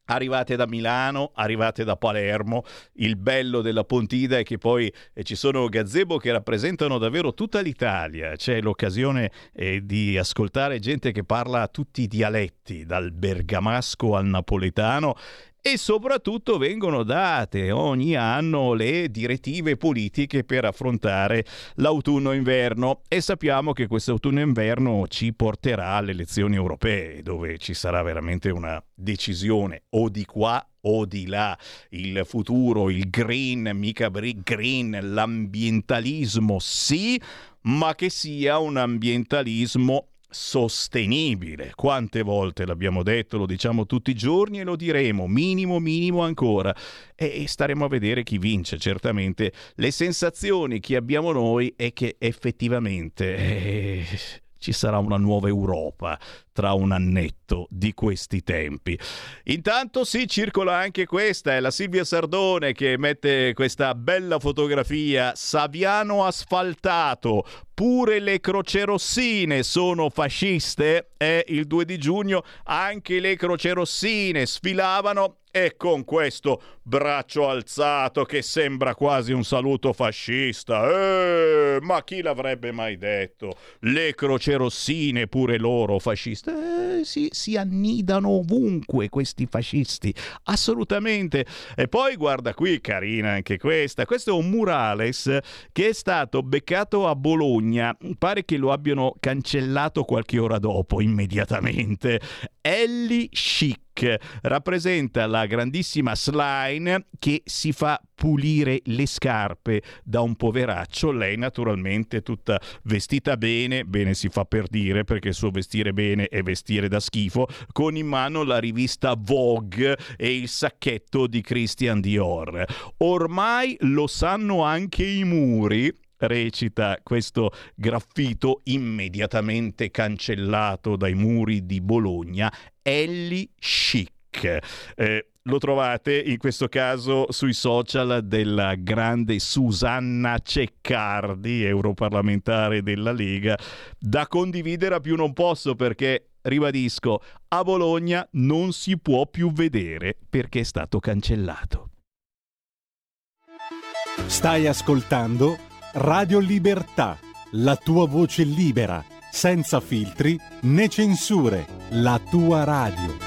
Arrivate da Milano, arrivate da Palermo, il bello della Pontida è che poi eh, ci sono gazebo che rappresentano davvero tutta l'Italia, c'è l'occasione eh, di ascoltare gente che parla tutti i dialetti, dal bergamasco al napoletano, e soprattutto vengono date ogni anno le direttive politiche per affrontare l'autunno-inverno, e sappiamo che questo autunno-inverno ci porterà alle elezioni europee, dove ci sarà veramente una decisione o di qua o di là. Il futuro, il green, mica green, l'ambientalismo sì, ma che sia un ambientalismo sostenibile. Quante volte l'abbiamo detto, lo diciamo tutti i giorni e lo diremo, minimo minimo ancora, e staremo a vedere chi vince. Certamente le sensazioni che abbiamo noi è che effettivamente eh, ci sarà una nuova Europa tra un annetto di questi tempi. Intanto sì, circola anche questa, è la Silvia Sardone che mette questa bella fotografia: Saviano asfaltato, pure le crocerossine sono fasciste. E il due di giugno anche le crocerossine sfilavano, e con questo braccio alzato che sembra quasi un saluto fascista. Eh, ma chi l'avrebbe mai detto? Le crocerossine pure loro fasciste. Eh, si, si annidano ovunque questi fascisti, assolutamente. E poi guarda qui, carina anche questa. Questo è un murales che è stato beccato a Bologna. Pare che lo abbiano cancellato qualche ora dopo, immediatamente. Ellie Chic rappresenta la grandissima Slime che si fa pulire le scarpe da un poveraccio. Lei naturalmente tutta vestita bene, bene si fa per dire, perché il suo vestire bene è vestire da schifo, con in mano la rivista Vogue e il sacchetto di Christian Dior. Ormai lo sanno anche i muri, recita questo graffito immediatamente cancellato dai muri di Bologna. Ellie Chic. Eh, lo trovate in questo caso sui social della grande Susanna Ceccardi, europarlamentare della Lega, da condividere a più non posso, perché, ribadisco, a Bologna non si può più vedere perché è stato cancellato. Stai ascoltando Radio Libertà, la tua voce libera, senza filtri né censure, la tua radio.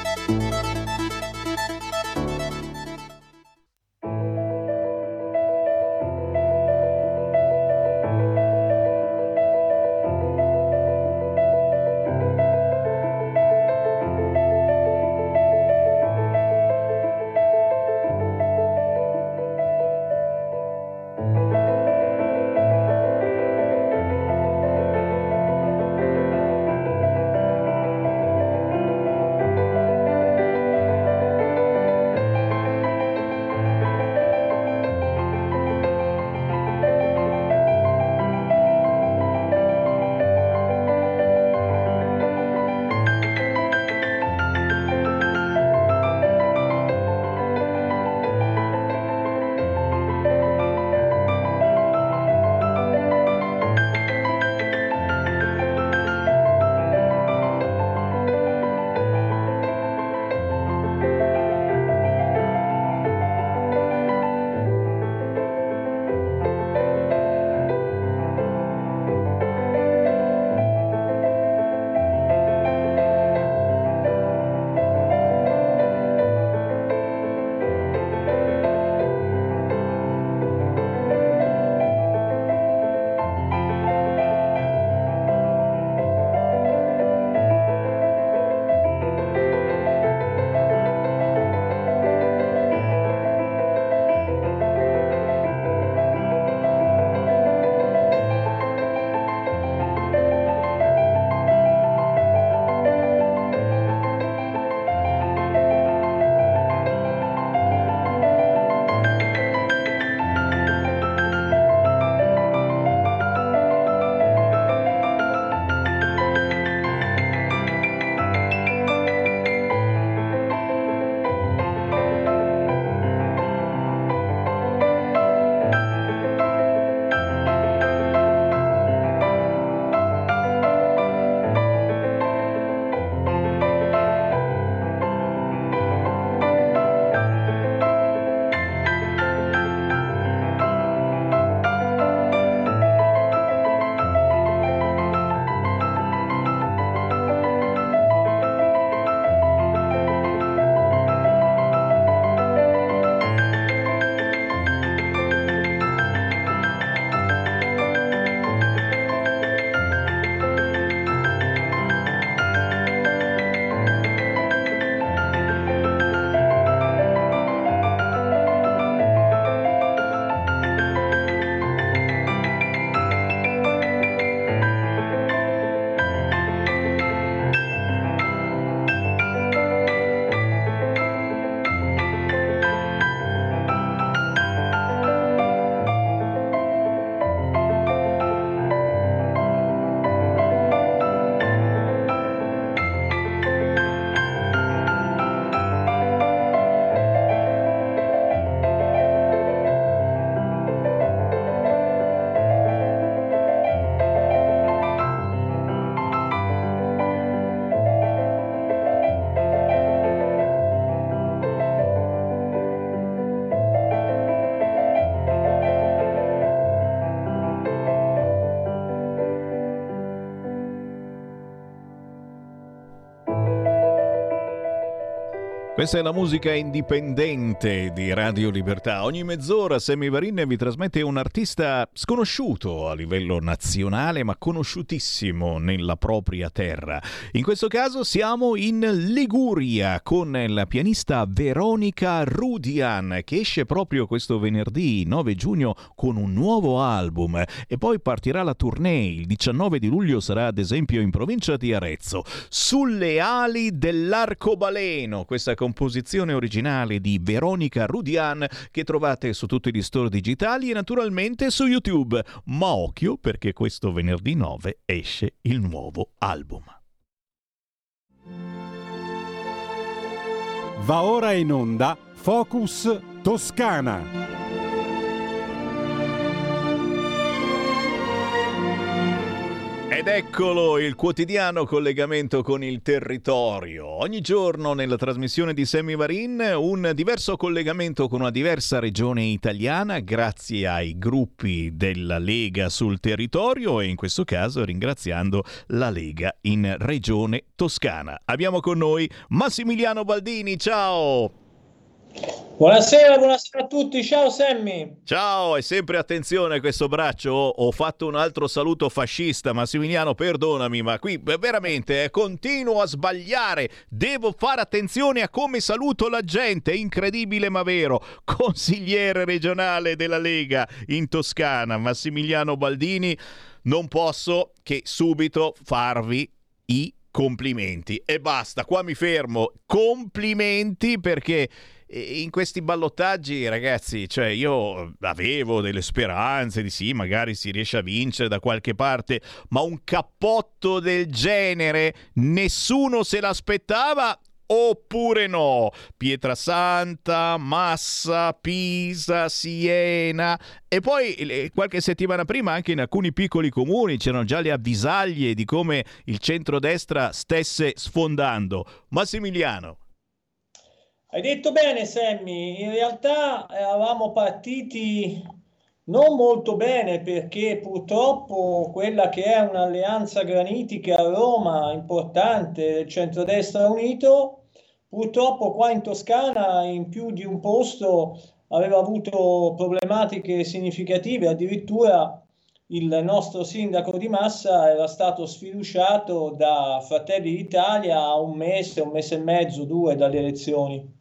Questa è la musica indipendente di Radio Libertà. Ogni mezz'ora Sammy Varin vi trasmette un artista sconosciuto a livello nazionale, ma conosciutissimo nella propria terra. In questo caso siamo in Liguria con la pianista Veronica Rudian, che esce proprio questo venerdì nove giugno con un nuovo album e poi partirà la tournée. Il diciannove di luglio sarà ad esempio in provincia di Arezzo. Sulle ali dell'arcobaleno, questa composizione originale di Veronica Rudian che trovate su tutti gli store digitali e naturalmente su YouTube. Ma occhio, perché questo venerdì nove esce il nuovo album. Va ora in onda Focus Toscana. Ed eccolo il quotidiano collegamento con il territorio. Ogni giorno nella trasmissione di Sammy Varin un diverso collegamento con una diversa regione italiana grazie ai gruppi della Lega sul territorio e in questo caso ringraziando la Lega in regione Toscana. Abbiamo con noi Massimiliano Baldini, ciao! Buonasera, buonasera a tutti, ciao Sammy. Ciao, e sempre attenzione a questo braccio, ho fatto un altro saluto fascista, Massimiliano perdonami, ma qui veramente eh, continuo a sbagliare, devo fare attenzione a come saluto la gente, incredibile ma vero. Consigliere regionale della Lega in Toscana, Massimiliano Baldini, non posso che subito farvi i complimenti e basta, qua mi fermo, complimenti perché in questi ballottaggi, ragazzi, cioè io avevo delle speranze di sì, magari si riesce a vincere da qualche parte, ma un cappotto del genere nessuno se l'aspettava oppure no? Pietrasanta, Massa, Pisa, Siena e poi qualche settimana prima anche in alcuni piccoli comuni c'erano già le avvisaglie di come il centrodestra stesse sfondando. Massimiliano. Hai detto bene Sammy, in realtà eravamo partiti non molto bene perché purtroppo quella che è un'alleanza granitica a Roma importante del centrodestra unito, purtroppo qua in Toscana in più di un posto aveva avuto problematiche significative, addirittura il nostro sindaco di Massa era stato sfiduciato da Fratelli d'Italia a un mese, un mese e mezzo, due dalle elezioni.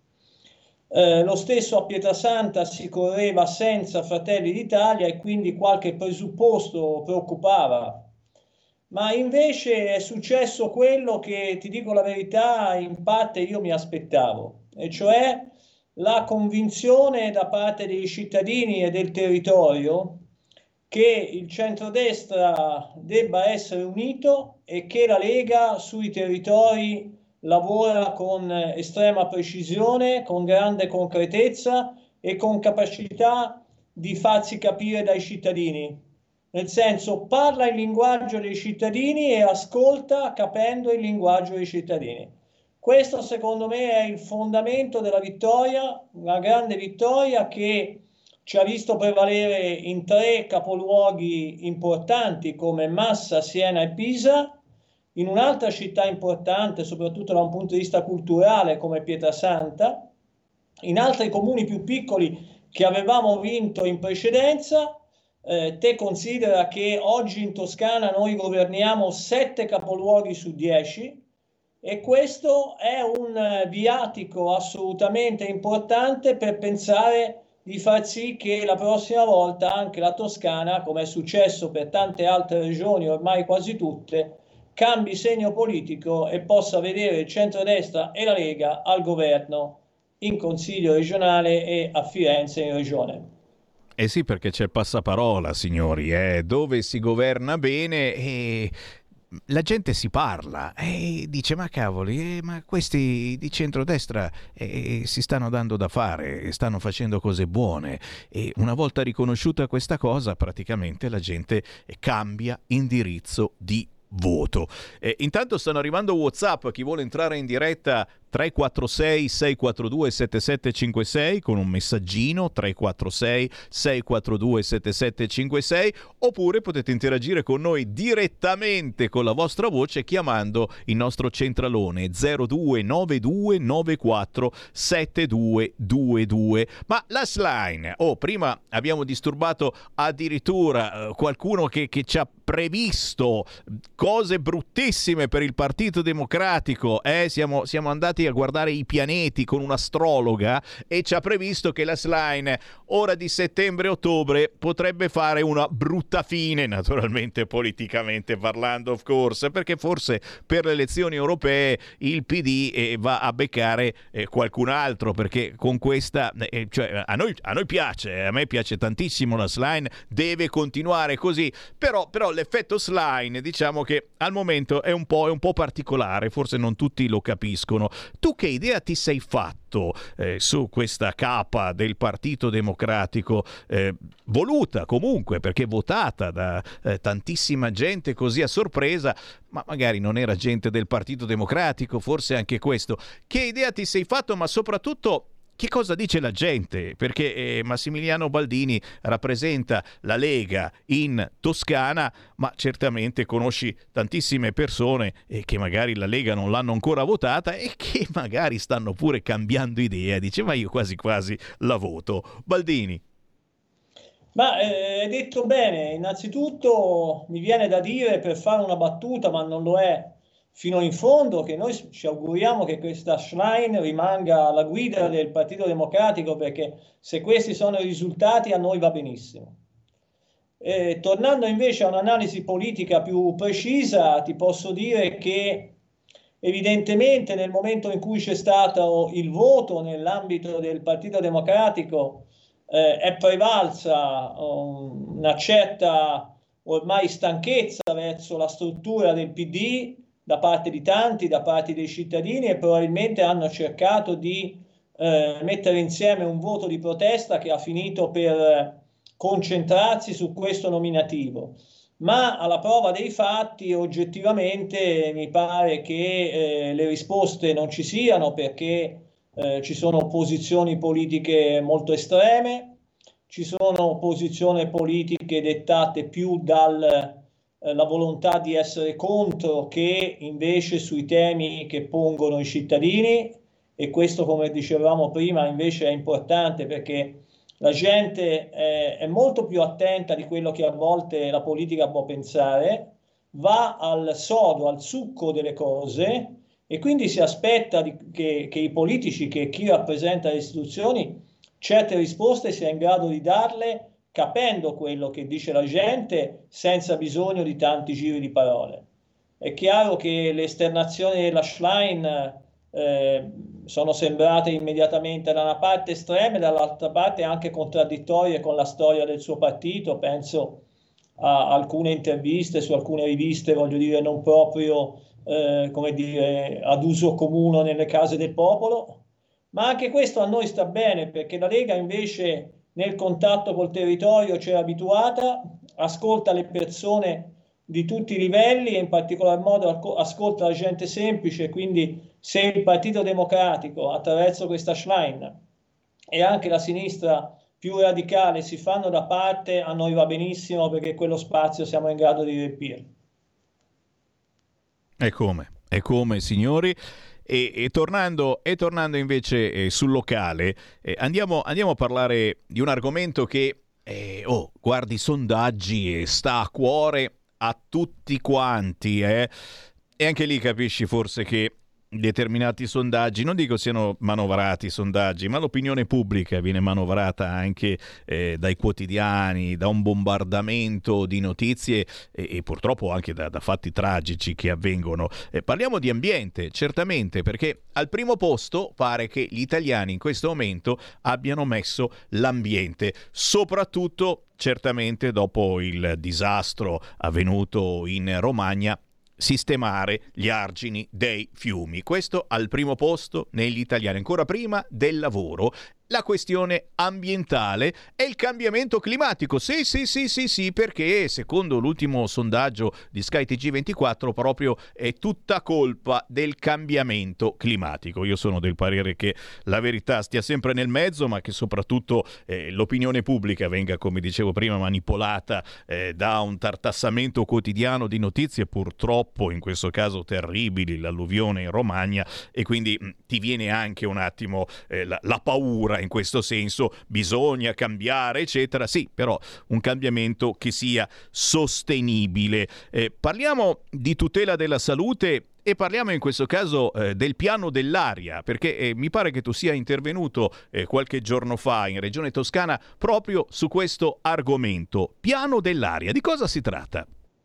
Eh, lo stesso a Pietrasanta si correva senza Fratelli d'Italia e quindi qualche presupposto preoccupava. Ma invece è successo quello che, ti dico la verità, in parte io mi aspettavo, e cioè la convinzione da parte dei cittadini e del territorio che il centrodestra debba essere unito e che la Lega sui territori lavora con estrema precisione, con grande concretezza e con capacità di farsi capire dai cittadini. Nel senso, parla il linguaggio dei cittadini e ascolta capendo il linguaggio dei cittadini. Questo secondo me è il fondamento della vittoria, una grande vittoria che ci ha visto prevalere in tre capoluoghi importanti come Massa, Siena e Pisa, in un'altra città importante, soprattutto da un punto di vista culturale, come Pietrasanta, in altri comuni più piccoli che avevamo vinto in precedenza. Eh, te considera che oggi in Toscana noi governiamo sette capoluoghi su dieci e questo è un viatico assolutamente importante per pensare di far sì che la prossima volta anche la Toscana, come è successo per tante altre regioni, ormai quasi tutte, cambi segno politico e possa vedere il centrodestra e la Lega al governo, in consiglio regionale e a Firenze in regione. Eh sì, perché c'è il passaparola, signori, eh, dove si governa bene e la gente si parla e dice ma cavoli, eh, ma questi di centrodestra eh, si stanno dando da fare, stanno facendo cose buone e una volta riconosciuta questa cosa praticamente la gente cambia indirizzo di voto. Eh, intanto stanno arrivando WhatsApp, chi vuole entrare in diretta tre quattro sei sei quattro due sette sette cinque sei con un messaggino tre quattro sei sei quattro due sette sette cinque sei, oppure potete interagire con noi direttamente con la vostra voce chiamando il nostro centralone zero due nove due nove quattro sette due due due. Ma la Schlein, oh, prima abbiamo disturbato addirittura eh, qualcuno che, che ci ha previsto cose bruttissime per il Partito Democratico, eh? siamo, siamo andati a guardare i pianeti con un'astrologa e ci ha previsto che la Schlein ora di settembre-ottobre potrebbe fare una brutta fine, naturalmente politicamente parlando, of course, perché forse per le elezioni europee il P D eh, va a beccare eh, qualcun altro, perché con questa eh, cioè, a noi, a noi piace, a me piace tantissimo la Schlein, deve continuare così, però, però l'effetto Schlein diciamo che al momento è un po', è un po' particolare, forse non tutti lo capiscono. Tu che idea ti sei fatto eh, su questa capa del Partito Democratico, eh, voluta comunque perché votata da eh, tantissima gente così a sorpresa, ma magari non era gente del Partito Democratico, forse anche questo. Che idea ti sei fatto, ma soprattutto che cosa dice la gente? Perché eh, Massimiliano Baldini rappresenta la Lega in Toscana, ma certamente conosci tantissime persone eh, che magari la Lega non l'hanno ancora votata e che magari stanno pure cambiando idea. Dice, ma io quasi quasi la voto. Baldini. Ma eh, hai detto bene, innanzitutto mi viene da dire, per fare una battuta, ma non lo è fino in fondo, che noi ci auguriamo che questa Schlein rimanga alla guida del Partito Democratico, perché se questi sono i risultati a noi va benissimo. Eh, tornando invece a un'analisi politica più precisa, ti posso dire che evidentemente nel momento in cui c'è stato il voto nell'ambito del Partito Democratico eh, è prevalsa um, una certa ormai stanchezza verso la struttura del P D da parte di tanti, da parte dei cittadini, e probabilmente hanno cercato di eh, mettere insieme un voto di protesta che ha finito per concentrarsi su questo nominativo. Ma alla prova dei fatti oggettivamente mi pare che eh, le risposte non ci siano, perché eh, ci sono posizioni politiche molto estreme, ci sono posizioni politiche dettate più dal la volontà di essere contro che invece sui temi che pongono i cittadini, e questo, come dicevamo prima, invece è importante, perché la gente è, è molto più attenta di quello che a volte la politica può pensare, va al sodo, al succo delle cose, e quindi si aspetta di, che, che i politici, che chi rappresenta le istituzioni, certe risposte sia in grado di darle capendo quello che dice la gente, senza bisogno di tanti giri di parole. È chiaro che le esternazioni della Schlein eh, sono sembrate immediatamente da una parte estreme, dall'altra parte anche contraddittorie con la storia del suo partito. Penso a alcune interviste su alcune riviste, voglio dire, non proprio eh, come dire, ad uso comune nelle case del popolo, ma anche questo a noi sta bene, perché la Lega invece nel contatto col territorio c'è abituata, ascolta le persone di tutti i livelli e in particolar modo ascolta la gente semplice. Quindi se il Partito Democratico attraverso questa Schlein e anche la sinistra più radicale si fanno da parte, a noi va benissimo, perché quello spazio siamo in grado di riempirlo. E come? E come, signori? E, e, tornando, e tornando invece eh, sul locale, eh, andiamo, andiamo a parlare di un argomento che, eh, oh, guardi, i sondaggi, eh, sta a cuore a tutti quanti, eh? E anche lì capisci forse che determinati sondaggi, non dico siano manovrati i sondaggi, ma l'opinione pubblica viene manovrata anche eh, dai quotidiani, da un bombardamento di notizie e, e purtroppo anche da, da fatti tragici che avvengono. Eh, parliamo di ambiente, certamente, perché al primo posto pare che gli italiani in questo momento abbiano messo l'ambiente, soprattutto certamente dopo il disastro avvenuto in Romagna, sistemare gli argini dei fiumi. Questo al primo posto negli italiani, ancora prima del lavoro. la questione ambientale e il cambiamento climatico. Sì, sì, sì, sì, sì, perché secondo l'ultimo sondaggio di Sky T G ventiquattro proprio è tutta colpa del cambiamento climatico. Io sono del parere che la verità stia sempre nel mezzo, ma che soprattutto eh, l'opinione pubblica venga, come dicevo prima, manipolata eh, da un tartassamento quotidiano di notizie, purtroppo in questo caso terribili, l'alluvione in Romagna, e quindi mh, ti viene anche un attimo eh, la, la paura. In questo senso bisogna cambiare, eccetera. Sì, però un cambiamento che sia sostenibile. Eh, parliamo di tutela della salute e parliamo in questo caso eh, del piano dell'aria, perché eh, mi pare che tu sia intervenuto eh, qualche giorno fa in Regione Toscana proprio su questo argomento. Piano dell'aria, di cosa si tratta?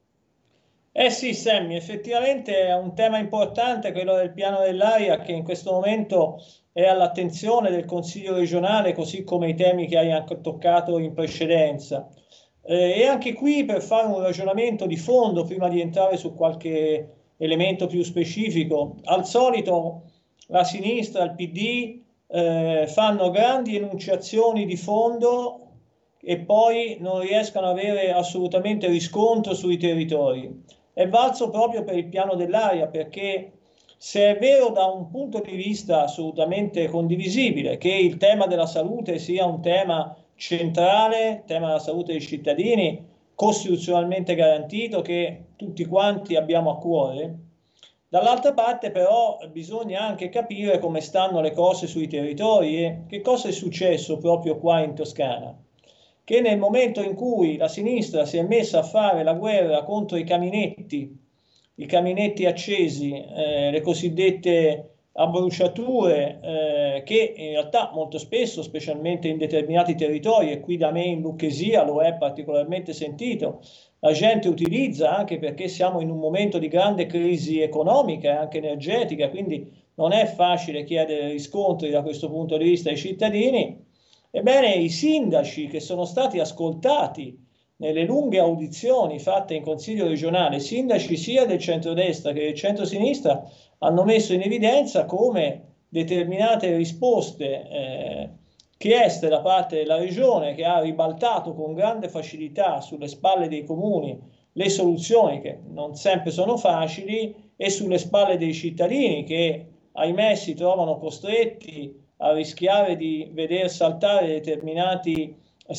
Eh sì, Sammy, effettivamente è un tema importante quello del piano dell'aria, che in questo momento è all'attenzione del Consiglio regionale, così come i temi che hai anche toccato in precedenza. Eh, e anche qui, per fare un ragionamento di fondo, prima di entrare su qualche elemento più specifico, al solito la sinistra, il P D, eh, fanno grandi enunciazioni di fondo e poi non riescono ad avere assolutamente riscontro sui territori. È valso proprio per il piano dell'aria, perché se è vero da un punto di vista assolutamente condivisibile che il tema della salute sia un tema centrale, il tema della salute dei cittadini, costituzionalmente garantito, che tutti quanti abbiamo a cuore, dall'altra parte però bisogna anche capire come stanno le cose sui territori e che cosa è successo proprio qua in Toscana. Che nel momento in cui la sinistra si è messa a fare la guerra contro i caminetti, i caminetti accesi, eh, le cosiddette abbruciature, eh, che in realtà molto spesso, specialmente in determinati territori, e qui da me in Lucchesia lo è particolarmente sentito, la gente utilizza anche perché siamo in un momento di grande crisi economica e anche energetica, quindi non è facile chiedere riscontri da questo punto di vista ai cittadini. Ebbene, i sindaci che sono stati ascoltati nelle lunghe audizioni fatte in Consiglio regionale, sindaci sia del centrodestra che del centrosinistra, hanno messo in evidenza come determinate risposte eh, chieste da parte della regione, che ha ribaltato con grande facilità sulle spalle dei comuni le soluzioni, che non sempre sono facili, e sulle spalle dei cittadini che, ahimè, si trovano costretti a rischiare di veder saltare determinati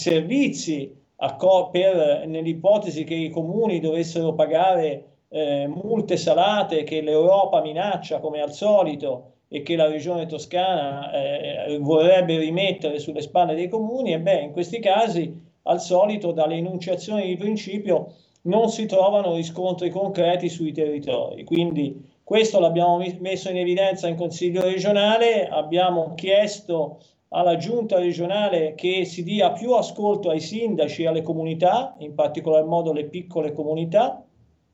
servizi per, nell'ipotesi che i comuni dovessero pagare eh, multe salate che l'Europa minaccia come al solito e che la regione toscana eh, vorrebbe rimettere sulle spalle dei comuni. E beh, in questi casi, al solito, dalle enunciazioni di principio non si trovano riscontri concreti sui territori. Quindi questo l'abbiamo messo in evidenza in Consiglio regionale, abbiamo chiesto alla Giunta regionale che si dia più ascolto ai sindaci e alle comunità, in particolar modo le piccole comunità,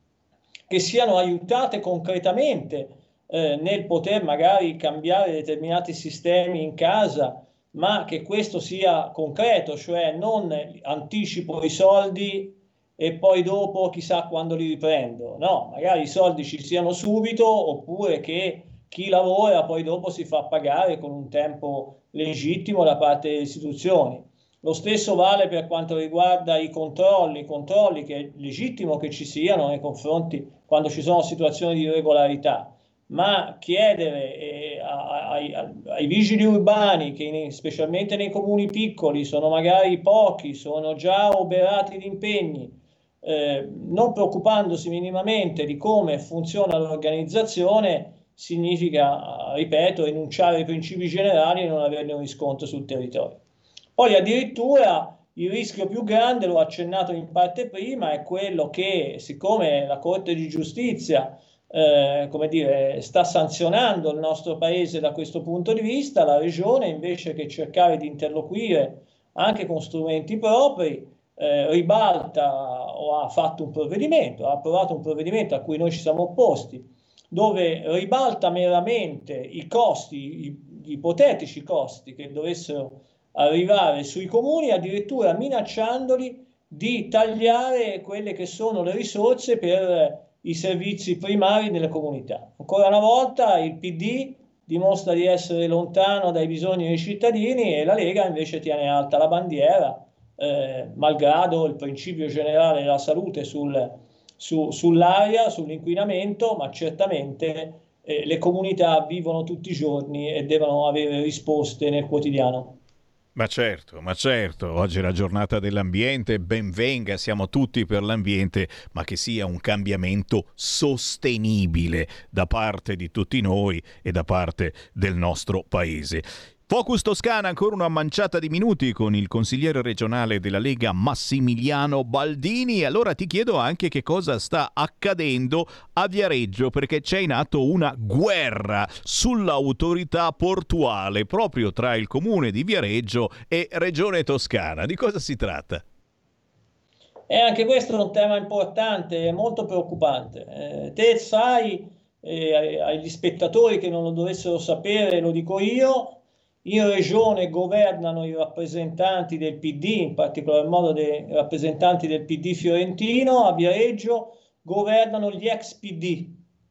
che siano aiutate concretamente eh, nel poter magari cambiare determinati sistemi in casa, ma che questo sia concreto, cioè non anticipo i soldi e poi dopo chissà quando li riprendo. No, magari i soldi ci siano subito, oppure che chi lavora poi dopo si fa pagare con un tempo legittimo da parte delle istituzioni. Lo stesso vale per quanto riguarda i controlli, controlli che è legittimo che ci siano nei confronti quando ci sono situazioni di irregolarità, ma chiedere eh, ai, ai, ai vigili urbani, che in, specialmente nei comuni piccoli sono magari pochi, sono già oberati di impegni, eh, non preoccupandosi minimamente di come funziona l'organizzazione, significa, ripeto, enunciare i principi generali e non averne un riscontro sul territorio. Poi addirittura il rischio più grande, l'ho accennato in parte prima, è quello che, siccome la Corte di Giustizia eh, come dire, sta sanzionando il nostro paese da questo punto di vista, la Regione, invece che cercare di interloquire anche con strumenti propri, eh, ribalta o ha fatto un provvedimento, ha approvato un provvedimento a cui noi ci siamo opposti, dove ribalta meramente i costi, gli ipotetici costi che dovessero arrivare sui comuni, addirittura minacciandoli di tagliare quelle che sono le risorse per i servizi primari delle comunità. Ancora una volta il P D dimostra di essere lontano dai bisogni dei cittadini, e la Lega invece tiene alta la bandiera, eh, malgrado il principio generale della salute sul, su, sull'aria, sull'inquinamento, ma certamente eh, le comunità vivono tutti i giorni e devono avere risposte nel quotidiano. Ma certo, ma certo, oggi è la giornata dell'ambiente, ben venga, siamo tutti per l'ambiente, ma che sia un cambiamento sostenibile da parte di tutti noi e da parte del nostro paese. Focus Toscana, ancora una manciata di minuti con il consigliere regionale della Lega Massimiliano Baldini. Allora ti chiedo anche che cosa sta accadendo a Viareggio, perché c'è in atto una guerra sull'autorità portuale proprio tra il comune di Viareggio e Regione Toscana. Di cosa si tratta? E anche questo è un tema importante e molto preoccupante. Eh, te sai, eh, agli spettatori che non lo dovessero sapere, lo dico io, in regione governano i rappresentanti del P D, in particolar modo dei rappresentanti del P D fiorentino. A Viareggio governano gli ex P D,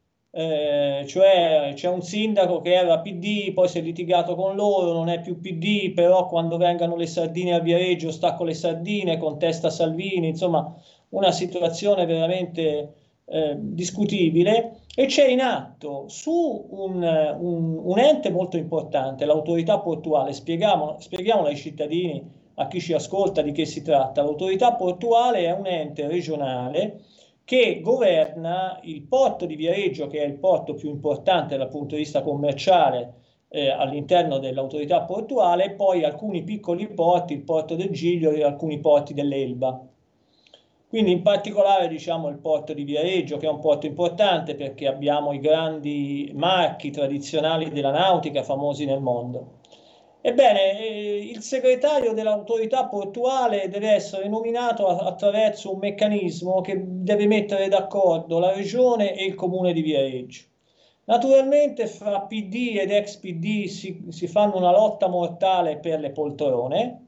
eh, cioè c'è un sindaco che era P D, poi si è litigato con loro, non è più P D, però quando vengano le sardine a Viareggio sta con le sardine, contesta Salvini, insomma una situazione veramente eh, discutibile. E c'è in atto su un, un, un ente molto importante, l'autorità portuale. Spieghiamo, spieghiamolo ai cittadini, a chi ci ascolta, di che si tratta. L'autorità portuale è un ente regionale che governa il porto di Viareggio, che è il porto più importante dal punto di vista commerciale eh, all'interno dell'autorità portuale, e poi alcuni piccoli porti, il porto del Giglio e alcuni porti dell'Elba. Quindi in particolare diciamo il porto di Viareggio, che è un porto importante perché abbiamo i grandi marchi tradizionali della nautica famosi nel mondo. Ebbene, eh, il segretario dell'autorità portuale deve essere nominato a- attraverso un meccanismo che deve mettere d'accordo la regione e il comune di Viareggio. Naturalmente fra P D ed ex P D si, si fanno una lotta mortale per le poltrone,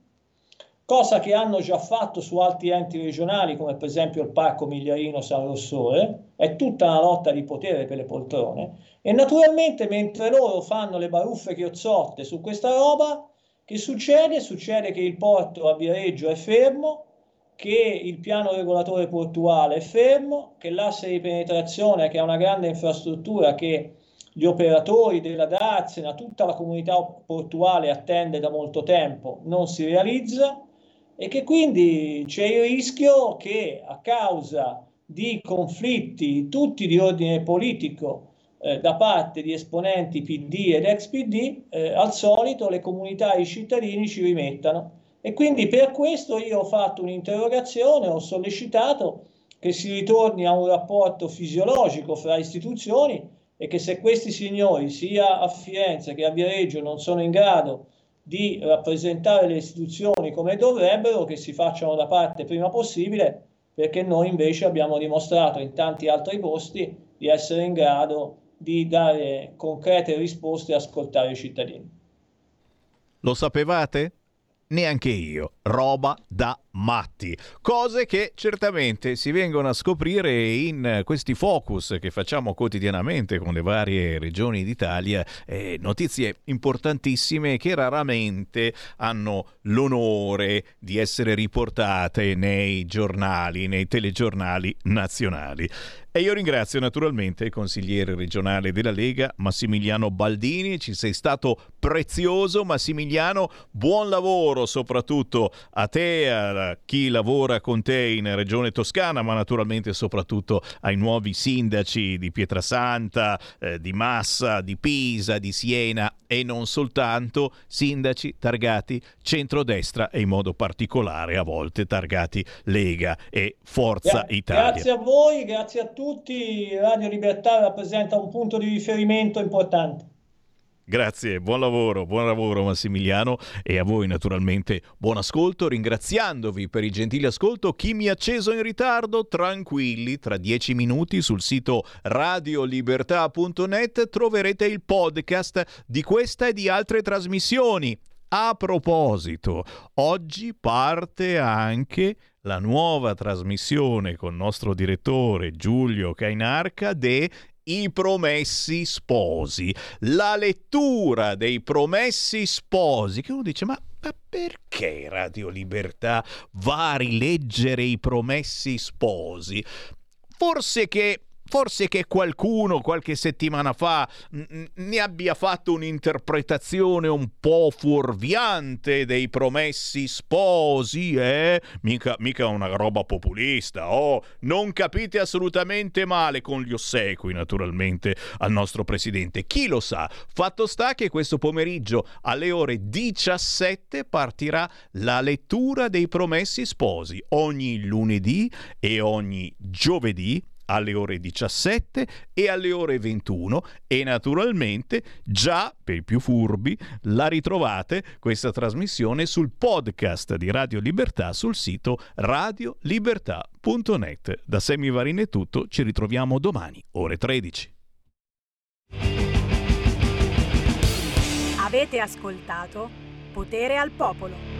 cosa che hanno già fatto su altri enti regionali, come per esempio il Parco Migliarino San Rossore. È tutta una lotta di potere per le poltrone, e naturalmente mentre loro fanno le baruffe chiozzotte su questa roba, che succede? Succede che il porto a Viareggio è fermo, che il piano regolatore portuale è fermo, che l'asse di penetrazione, che è una grande infrastruttura che gli operatori della Darsena, tutta la comunità portuale attende da molto tempo, non si realizza, e che quindi c'è il rischio che a causa di conflitti tutti di ordine politico eh, da parte di esponenti P D ed ex P D, eh, al solito le comunità e i cittadini ci rimettano. E quindi per questo io ho fatto un'interrogazione, ho sollecitato che si ritorni a un rapporto fisiologico fra istituzioni, e che se questi signori sia a Firenze che a Viareggio non sono in grado di rappresentare le istituzioni come dovrebbero, che si facciano da parte prima possibile, perché noi invece abbiamo dimostrato in tanti altri posti di essere in grado di dare concrete risposte e ascoltare i cittadini. Lo sapevate? Neanche io. Roba da matti. Cose che certamente si vengono a scoprire in questi focus che facciamo quotidianamente con le varie regioni d'Italia, eh, notizie importantissime che raramente hanno l'onore di essere riportate nei giornali, nei telegiornali nazionali. E io ringrazio naturalmente il consigliere regionale della Lega Massimiliano Baldini. Ci sei stato prezioso, Massimiliano. Buon lavoro soprattutto a te, a chi lavora con te in Regione Toscana, ma naturalmente soprattutto ai nuovi sindaci di Pietrasanta, eh, di Massa, di Pisa, di Siena, e non soltanto, sindaci targati centrodestra e in modo particolare a volte targati Lega e Forza Gra- Italia. Grazie a voi, grazie a tutti. Radio Libertà rappresenta un punto di riferimento importante. Grazie, buon lavoro, buon lavoro Massimiliano, e a voi naturalmente buon ascolto, ringraziandovi per il gentile ascolto. Chi mi ha acceso in ritardo, tranquilli, tra dieci minuti sul sito radio libertà punto net troverete il podcast di questa e di altre trasmissioni. A proposito, oggi parte anche la nuova trasmissione con il nostro direttore Giulio Cainarca de I Promessi Sposi, la lettura dei Promessi Sposi, che uno dice ma, ma perché Radio Libertà va a rileggere I Promessi Sposi? Forse che Forse che qualcuno qualche settimana fa n- ne abbia fatto un'interpretazione un po' fuorviante dei Promessi Sposi, eh? Mica, mica una roba populista. Oh, non capite assolutamente male, con gli ossequi naturalmente al nostro presidente. Chi lo sa? Fatto sta che questo pomeriggio alle ore diciassette partirà la lettura dei Promessi Sposi ogni lunedì e ogni giovedì alle ore diciassette e alle ore ventuno, e naturalmente già per i più furbi la ritrovate questa trasmissione sul podcast di Radio Libertà sul sito radio libertà punto net. Da Sammy Varin è tutto, ci ritroviamo domani ore tredici. Avete ascoltato Potere al Popolo.